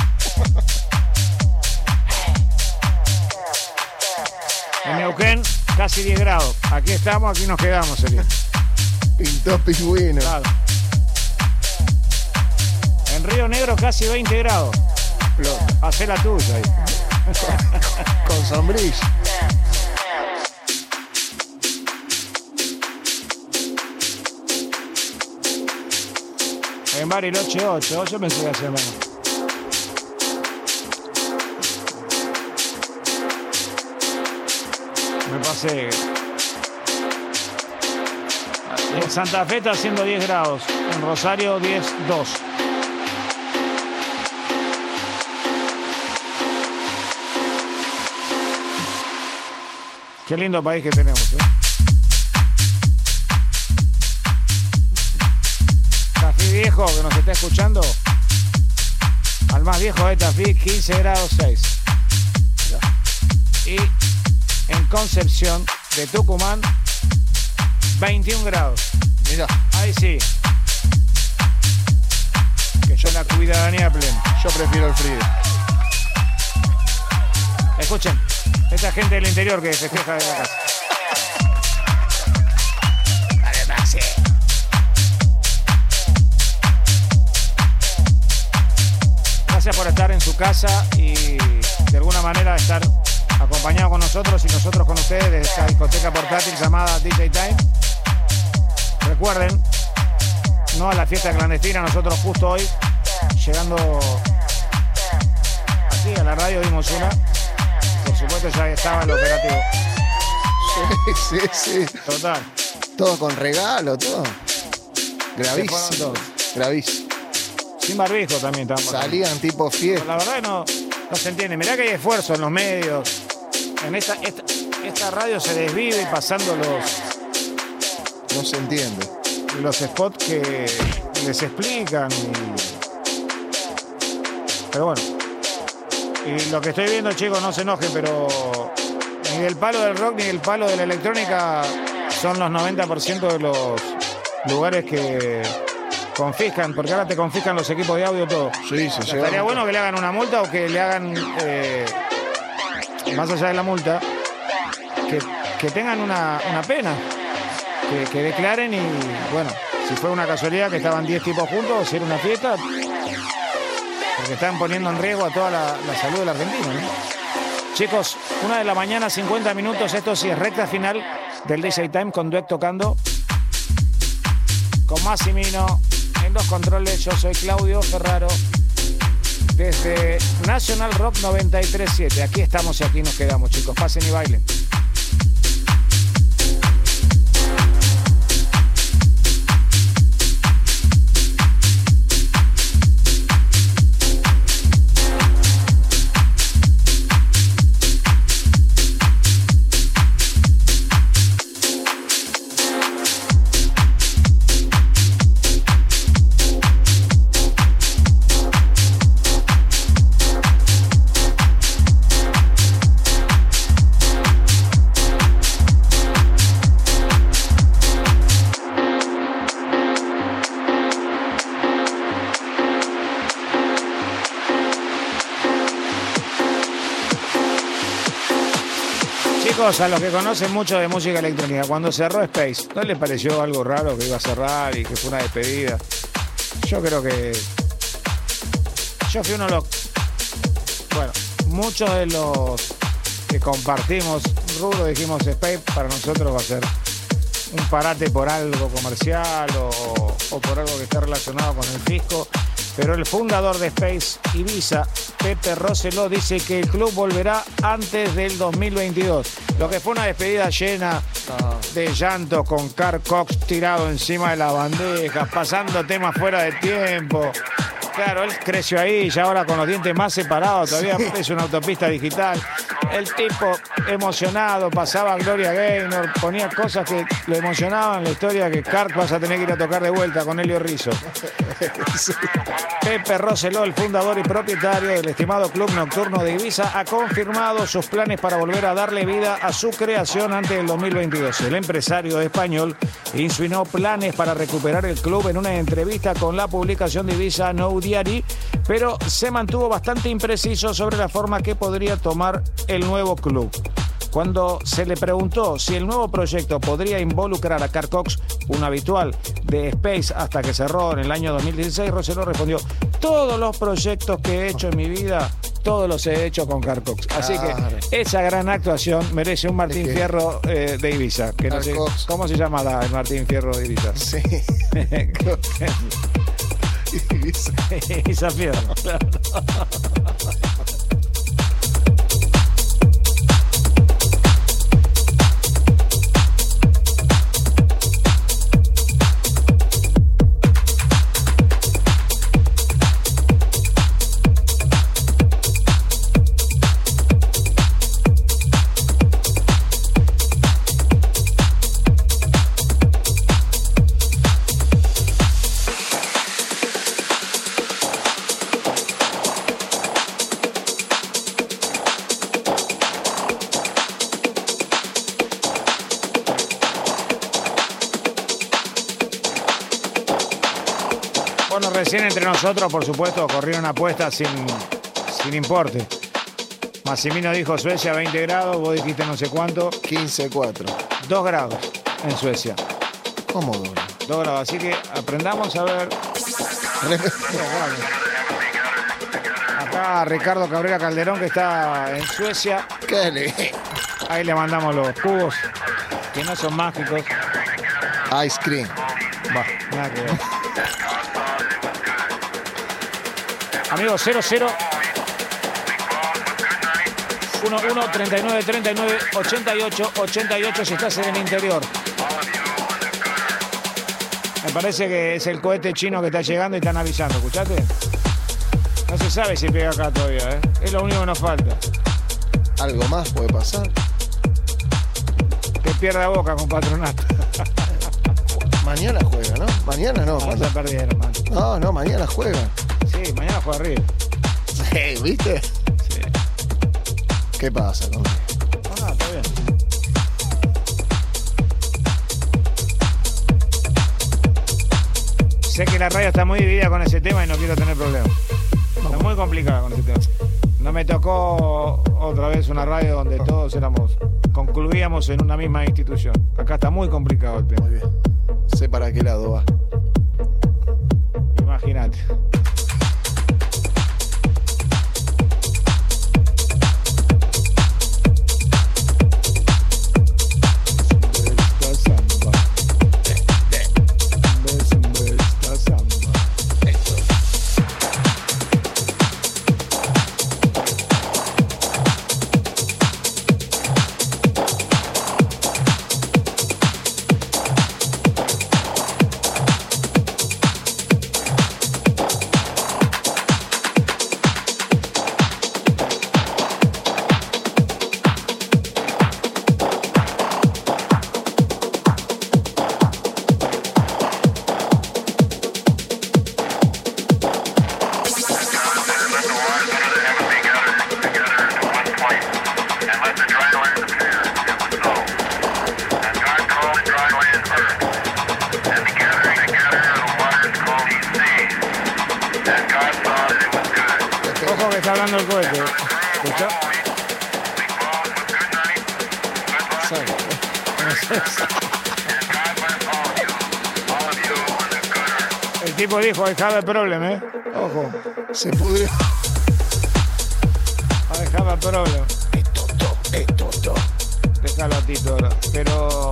En Neuquén, casi diez grados. Aquí estamos, aquí nos quedamos sería. Pintó pingüino. Claro. En Río Negro, casi veinte grados. Hacé la tuya ahí. Con sombrilla. En Bariloche, ocho. Yo pensé que hacía menos. Me pasé. En Santa Fe está haciendo diez grados. En Rosario, diez, dos. Qué lindo país que tenemos, ¿eh? Tafí viejo que nos está escuchando. Al más viejo de Tafí, quince grados seis. Y en Concepción de Tucumán, veintiún grados. Mira. Ahí sí. Que yo la cuidadanía plena. Yo prefiero el frío. Escuchen, esta gente del interior que festeja de la casa. Dale, Maxi. Gracias por estar en su casa y de alguna manera estar acompañado con nosotros y nosotros con ustedes de esta discoteca portátil llamada D J Time. Recuerden, no a la fiesta clandestina, nosotros justo hoy, llegando aquí a la radio, dimos una. Por supuesto ya estaba el operativo. Sí, sí, sí. Total. Todo con regalo, todo. Gravísimo. todos. Gravísimo. Sin barbijo también estábamos. Salían tipo fiesta. La verdad no, no se entiende. Mirá que hay esfuerzo en los medios. En esta, esta, esta radio se desvive pasando los, No se entiende. los spots que les explican. Y... Pero bueno. Y lo que estoy viendo, chicos, no se enojen, pero ni del palo del rock ni del palo de la electrónica son los noventa por ciento de los lugares que confiscan, porque ahora te confiscan los equipos de audio todo. Sí, se Estaría llega. bueno que le hagan una multa o que le hagan, eh, más allá de la multa, que, que tengan una, una pena, que, que declaren y, bueno, si fue una casualidad que estaban diez tipos juntos, si era una fiesta, porque están poniendo en riesgo a toda la, la salud del argentino, ¿no? Chicos, una de la mañana, cincuenta minutos, esto sí es recta final del D J Time con Dweck tocando, con Massimino en los controles. Yo soy Claudio Ferraro desde National Rock noventa y tres punto siete. Aquí estamos y aquí nos quedamos, chicos. Pasen y bailen. Chicos, a los que conocen mucho de música electrónica, cuando cerró Space, ¿no les pareció algo raro que iba a cerrar y que fue una despedida? Yo creo que... Yo fui uno de los... Bueno, muchos de los que compartimos rubro dijimos Space para nosotros va a ser un parate por algo comercial o, o por algo que esté relacionado con el fisco. Pero el fundador de Space Ibiza, Pepe Rosselló, dice que el club volverá antes del dos mil veintidós. Lo que fue una despedida llena de llanto, con Carl Cox tirado encima de las bandejas, pasando temas fuera de tiempo. Claro, él creció ahí y ahora con los dientes más separados, todavía sí. Es una autopista digital. El tipo emocionado, pasaba a Gloria Gaynor, ponía cosas que lo emocionaban, la historia que Carl vas a tener que ir a tocar de vuelta con Elio Rizzo. Sí. Pepe Rosselló, el fundador y propietario del estimado Club Nocturno de Ibiza, ha confirmado sus planes para volver a darle vida a su creación antes del dos mil veintidós. El empresario español insinuó planes para recuperar el club en una entrevista con la publicación de Ibiza No Diary, pero se mantuvo bastante impreciso sobre la forma que podría tomar el nuevo club. Cuando se le preguntó si el nuevo proyecto podría involucrar a Carl Cox, un habitual de Space hasta que cerró en el año dos mil dieciséis, Rosselló respondió: todos los proyectos que he hecho en mi vida, todos los he hecho con Carl Cox. Así claro. que esa gran actuación merece un Martín ¿De Fierro eh, de Ibiza. Que no sé, ¿cómo se llama la, el Martín Fierro de Ibiza? Sí. Ibiza. Ibiza Fierro, claro. Recién entre nosotros, por supuesto, corrieron apuestas sin, sin importe. Massimino dijo Suecia veinte grados, vos dijiste no sé cuánto. quince cuatro. dos grados en Suecia. ¿Cómo dos grados? dos grados, así que aprendamos a ver. Acá Ricardo Cabrera Calderón, que está en Suecia. ¿Qué le... Ahí le mandamos los cubos, que no son mágicos. Ice cream. Bah, nada que ver. Amigos, cero cero uno uno treinta y nueve treinta y nueve ochenta y ocho ochenta y ocho si estás en el interior. Me parece que es el cohete chino que está llegando y están avisando, ¿escuchaste? No se sabe si pega acá todavía, ¿eh? Es lo único que nos falta. ¿Algo más puede pasar? Que pierda Boca con Patronato. Mañana juega, ¿no? Mañana no. No, se perdieron, man. No, no, mañana juega. Sí, mañana juega River. Sí, ¿viste? Sí. ¿Qué pasa, no? No, no, está bien. Sé que la radio está muy dividida con ese tema y no quiero tener problemas. Está muy complicada con ese tema. No me tocó otra vez una radio donde todos éramos, concluíamos en una misma institución. Acá está muy complicado el tema. Muy bien. Sé para qué lado va. Imagínate. Ojo que está hablando el cohete. ¿Escuchó? Exacto. El tipo dijo, I have a problem, ¿eh? Ojo. Se pudrió. I have a problem. Es toto, es toto. Déjalo a Tito ahora. Pero...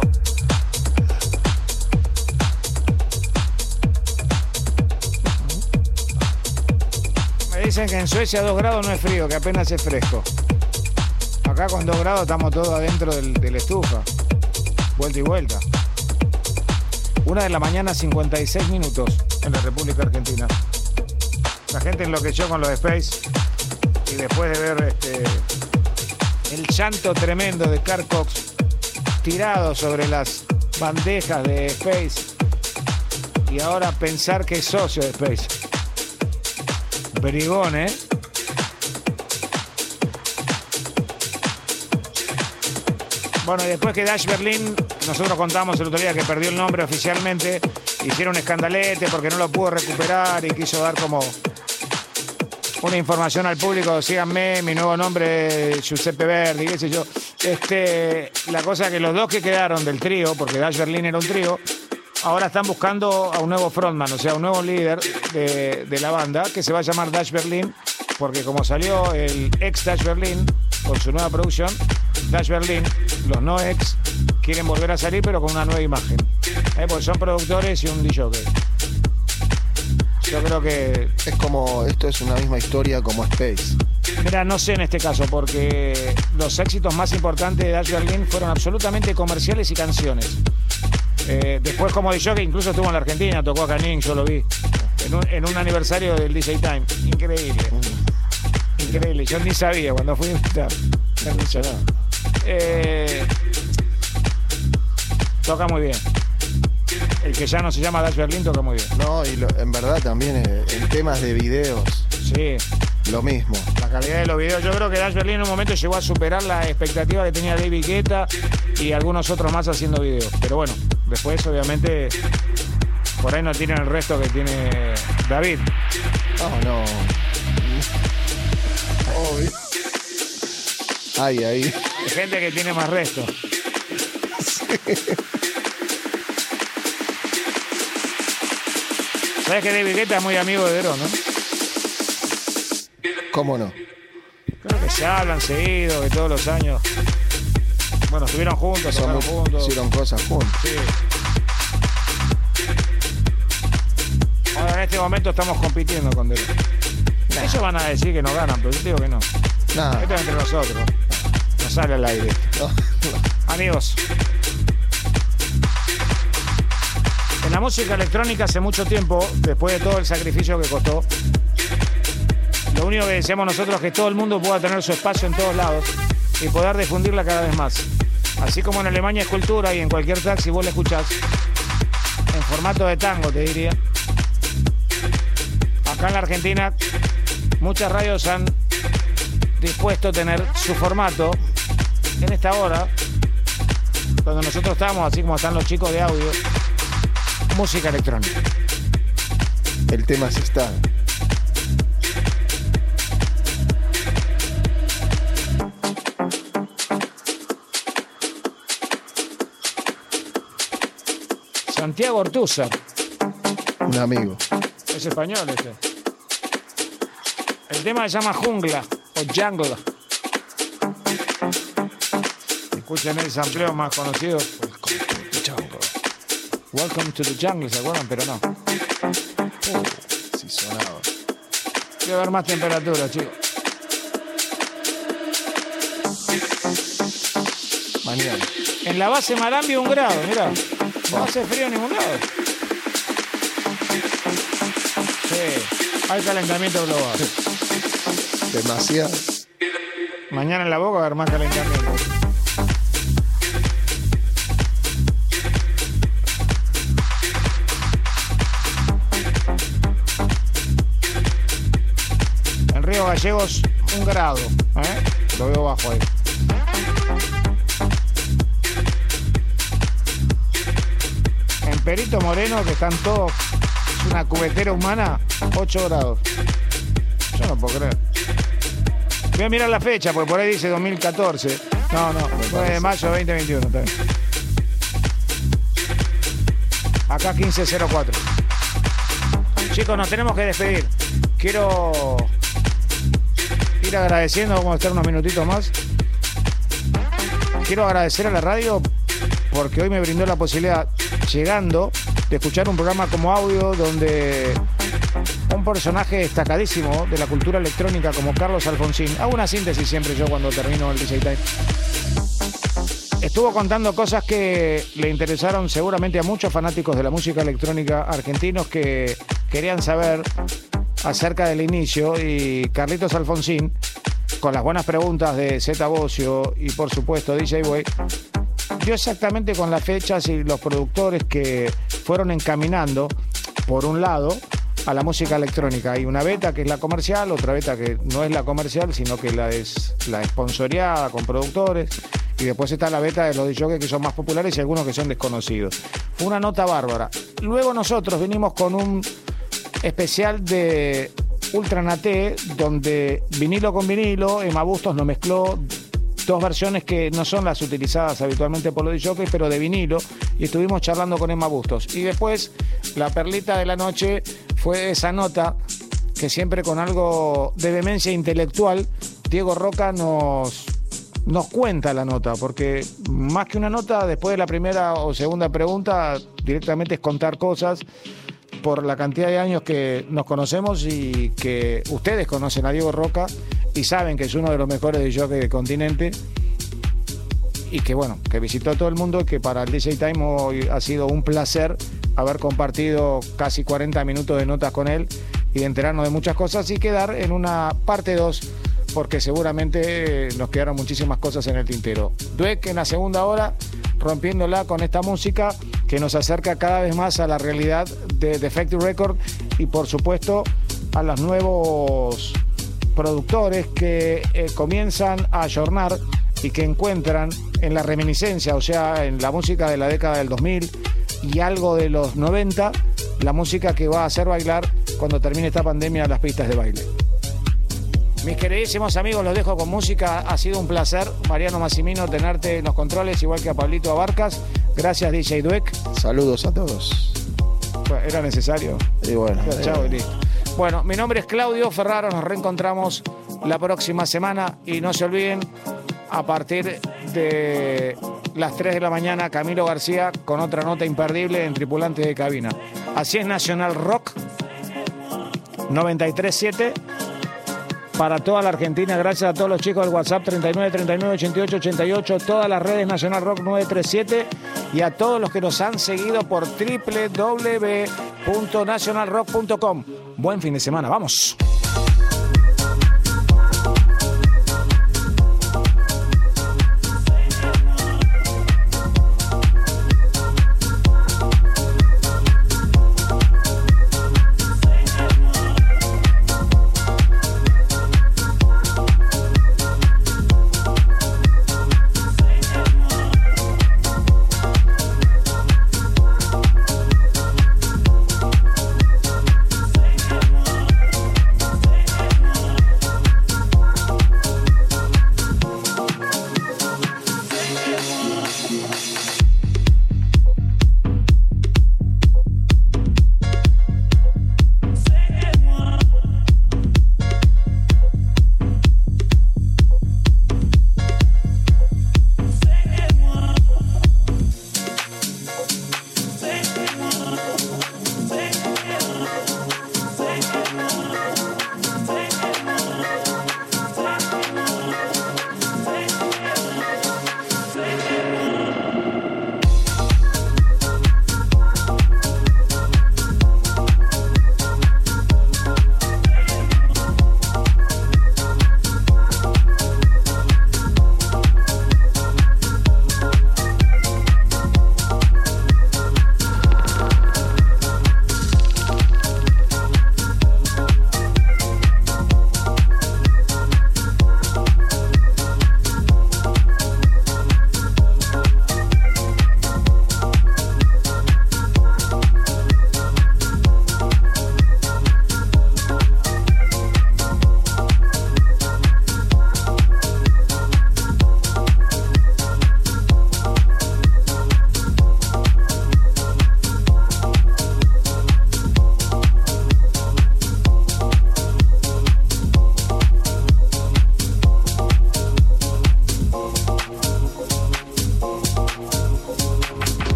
me dicen que en Suecia dos grados no es frío, que apenas es fresco. Acá con dos grados estamos todos adentro del, de la estufa. Vuelta y vuelta. Una de la mañana, cincuenta y seis minutos en la República Argentina. La gente enloqueció con los de Space. Y después de ver este, el llanto tremendo de Carl Cox tirado sobre las bandejas de Space. Y ahora pensar que es socio de Space. Brigón, ¿eh? Bueno, y después que Dash Berlin, nosotros contamos el otro día que perdió el nombre oficialmente, hicieron un escandalete porque no lo pudo recuperar y quiso dar como una información al público, síganme, mi nuevo nombre es Giuseppe Verdi, qué sé yo. Este, la cosa que los dos que quedaron del trío, porque Dash Berlin era un trío, ahora están buscando a un nuevo frontman, o sea, un nuevo líder de, de la banda, que se va a llamar Dash Berlin, porque como salió el ex Dash Berlin con su nueva producción, Dash Berlin, los no ex quieren volver a salir, pero con una nueva imagen. ¿Eh? Porque son productores y un D J. Yo creo que... es como, esto es una misma historia como Space. Mira, no sé en este caso, porque los éxitos más importantes de Dash Berlin fueron absolutamente comerciales y canciones. Eh, después como D J, incluso estuvo en la Argentina, tocó a Canin, yo lo vi, en un, en un aniversario del D J Time. Increíble. Increíble. Yo ni sabía cuando fui a invitar. Eh, toca muy bien. El que ya no se llama Dash Berlin toca muy bien. No, y lo, en verdad también eh, en temas de videos. Sí. Lo mismo. La calidad de los videos. Yo creo que Dash Berlin en un momento llegó a superar la expectativa que tenía David Guetta y algunos otros más haciendo videos. Pero bueno, después obviamente por ahí no tienen el resto que tiene David. No, no. Obvio. Ay, ahí. Hay gente que tiene más resto. Sí. ¿Sabes que David Guetta es muy amigo de Dero, no? ¿Cómo no? Creo que se hablan seguido, que todos los años. Bueno, estuvieron juntos, tocaron juntos. Hicieron cosas juntos. Sí. Ahora en este momento estamos compitiendo con Dero. Nah. Ellos van a decir que no ganan, pero yo digo que no. Nah. Esto es entre nosotros. No sale al aire. No, no. Amigos. En la música electrónica hace mucho tiempo, después de todo el sacrificio que costó, lo único que deseamos nosotros es que todo el mundo pueda tener su espacio en todos lados y poder difundirla cada vez más. Así como en Alemania es cultura y en cualquier taxi vos la escuchás, en formato de tango te diría. Acá en la Argentina muchas radios han dispuesto a tener su formato en esta hora, donde nosotros estamos, así como están los chicos de audio, música electrónica. El tema se está. Santiago Ortúzar. Un amigo. Es español este. El tema se llama Jungla o Jungle. Escuchen el sampleo más conocido. Welcome to the jungle. Welcome to the jungle, ¿se acuerdan? Pero no. Uh, sí sonaba. Quiero ver más temperatura, chicos. Mañana. En la base Marambio un grado, mirá. No hace frío en ningún lado. Sí, hay calentamiento global. Demasiado. Mañana en la Boca va a haber más calentamiento. En Río Gallegos, un grado. ¿eh? Lo veo bajo ahí. En Perito Moreno, que están todos, es una cubetera humana, ocho grados. Yo no puedo creer. Voy a mirar la fecha, porque por ahí dice dos mil catorce. No, no, nueve de mayo veinte veintiuno. Está bien. Acá quince cero cuatro. Chicos, nos tenemos que despedir. Quiero ir agradeciendo, vamos a estar unos minutitos más. Quiero agradecer a la radio porque hoy me brindó la posibilidad, llegando, de escuchar un programa como audio donde un personaje destacadísimo de la cultura electrónica como Carlos Alfonsín, hago una síntesis siempre yo cuando termino el D J Time, estuvo contando cosas que le interesaron seguramente a muchos fanáticos de la música electrónica argentinos que querían saber acerca del inicio, y Carlitos Alfonsín, con las buenas preguntas de Zeta Bocio y por supuesto D J Way, dio exactamente con las fechas y los productores que fueron encaminando, por un lado, a la música electrónica. Hay una beta que es la comercial, otra beta que no es la comercial, sino que la es la sponsoreada con productores, y después está la beta de los D Js que son más populares y algunos que son desconocidos. Fue una nota bárbara. Luego nosotros vinimos con un especial de Ultra Naté, donde vinilo con vinilo, Emma Bustos nos mezcló dos versiones que no son las utilizadas habitualmente por los D Js, pero de vinilo, y estuvimos charlando con Emma Bustos. Y después, la perlita de la noche fue esa nota que siempre con algo de vehemencia intelectual, Diego Roca nos, nos cuenta la nota, porque más que una nota, después de la primera o segunda pregunta, directamente es contar cosas por la cantidad de años que nos conocemos y que ustedes conocen a Diego Roca y saben que es uno de los mejores D Js del continente, y que bueno, que visitó todo el mundo, y que para el D J Time hoy ha sido un placer haber compartido casi cuarenta minutos de notas con él y de enterarnos de muchas cosas y quedar en una parte dos, porque seguramente nos quedaron muchísimas cosas en el tintero. Dweck en la segunda hora, rompiéndola con esta música que nos acerca cada vez más a la realidad de Defective Record y por supuesto a los nuevos productores que eh, comienzan a ayornar y que encuentran en la reminiscencia, o sea, en la música de la década del dos mil y algo de los noventa, la música que va a hacer bailar cuando termine esta pandemia las pistas de baile. Mis queridísimos amigos, los dejo con música. Ha sido un placer, Mariano Massimino, tenerte en los controles, igual que a Pablito Abarcas. Gracias, D J Dweck. Saludos a todos. Bueno, era necesario. Y bueno. Ya, chao y listo. Bueno, mi nombre es Claudio Ferraro. Nos reencontramos la próxima semana. Y no se olviden, a partir de las tres de la mañana, Camilo García con otra nota imperdible en Tripulantes de Cabina. Así es Nacional Rock noventa y tres siete. Para toda la Argentina, gracias a todos los chicos del WhatsApp treinta y nueve, treinta y nueve, ochenta y ocho, ochenta y ocho, todas las redes Nacional Rock nueve tres siete y a todos los que nos han seguido por doble u doble u doble u punto nacional rock punto com. Buen fin de semana, vamos.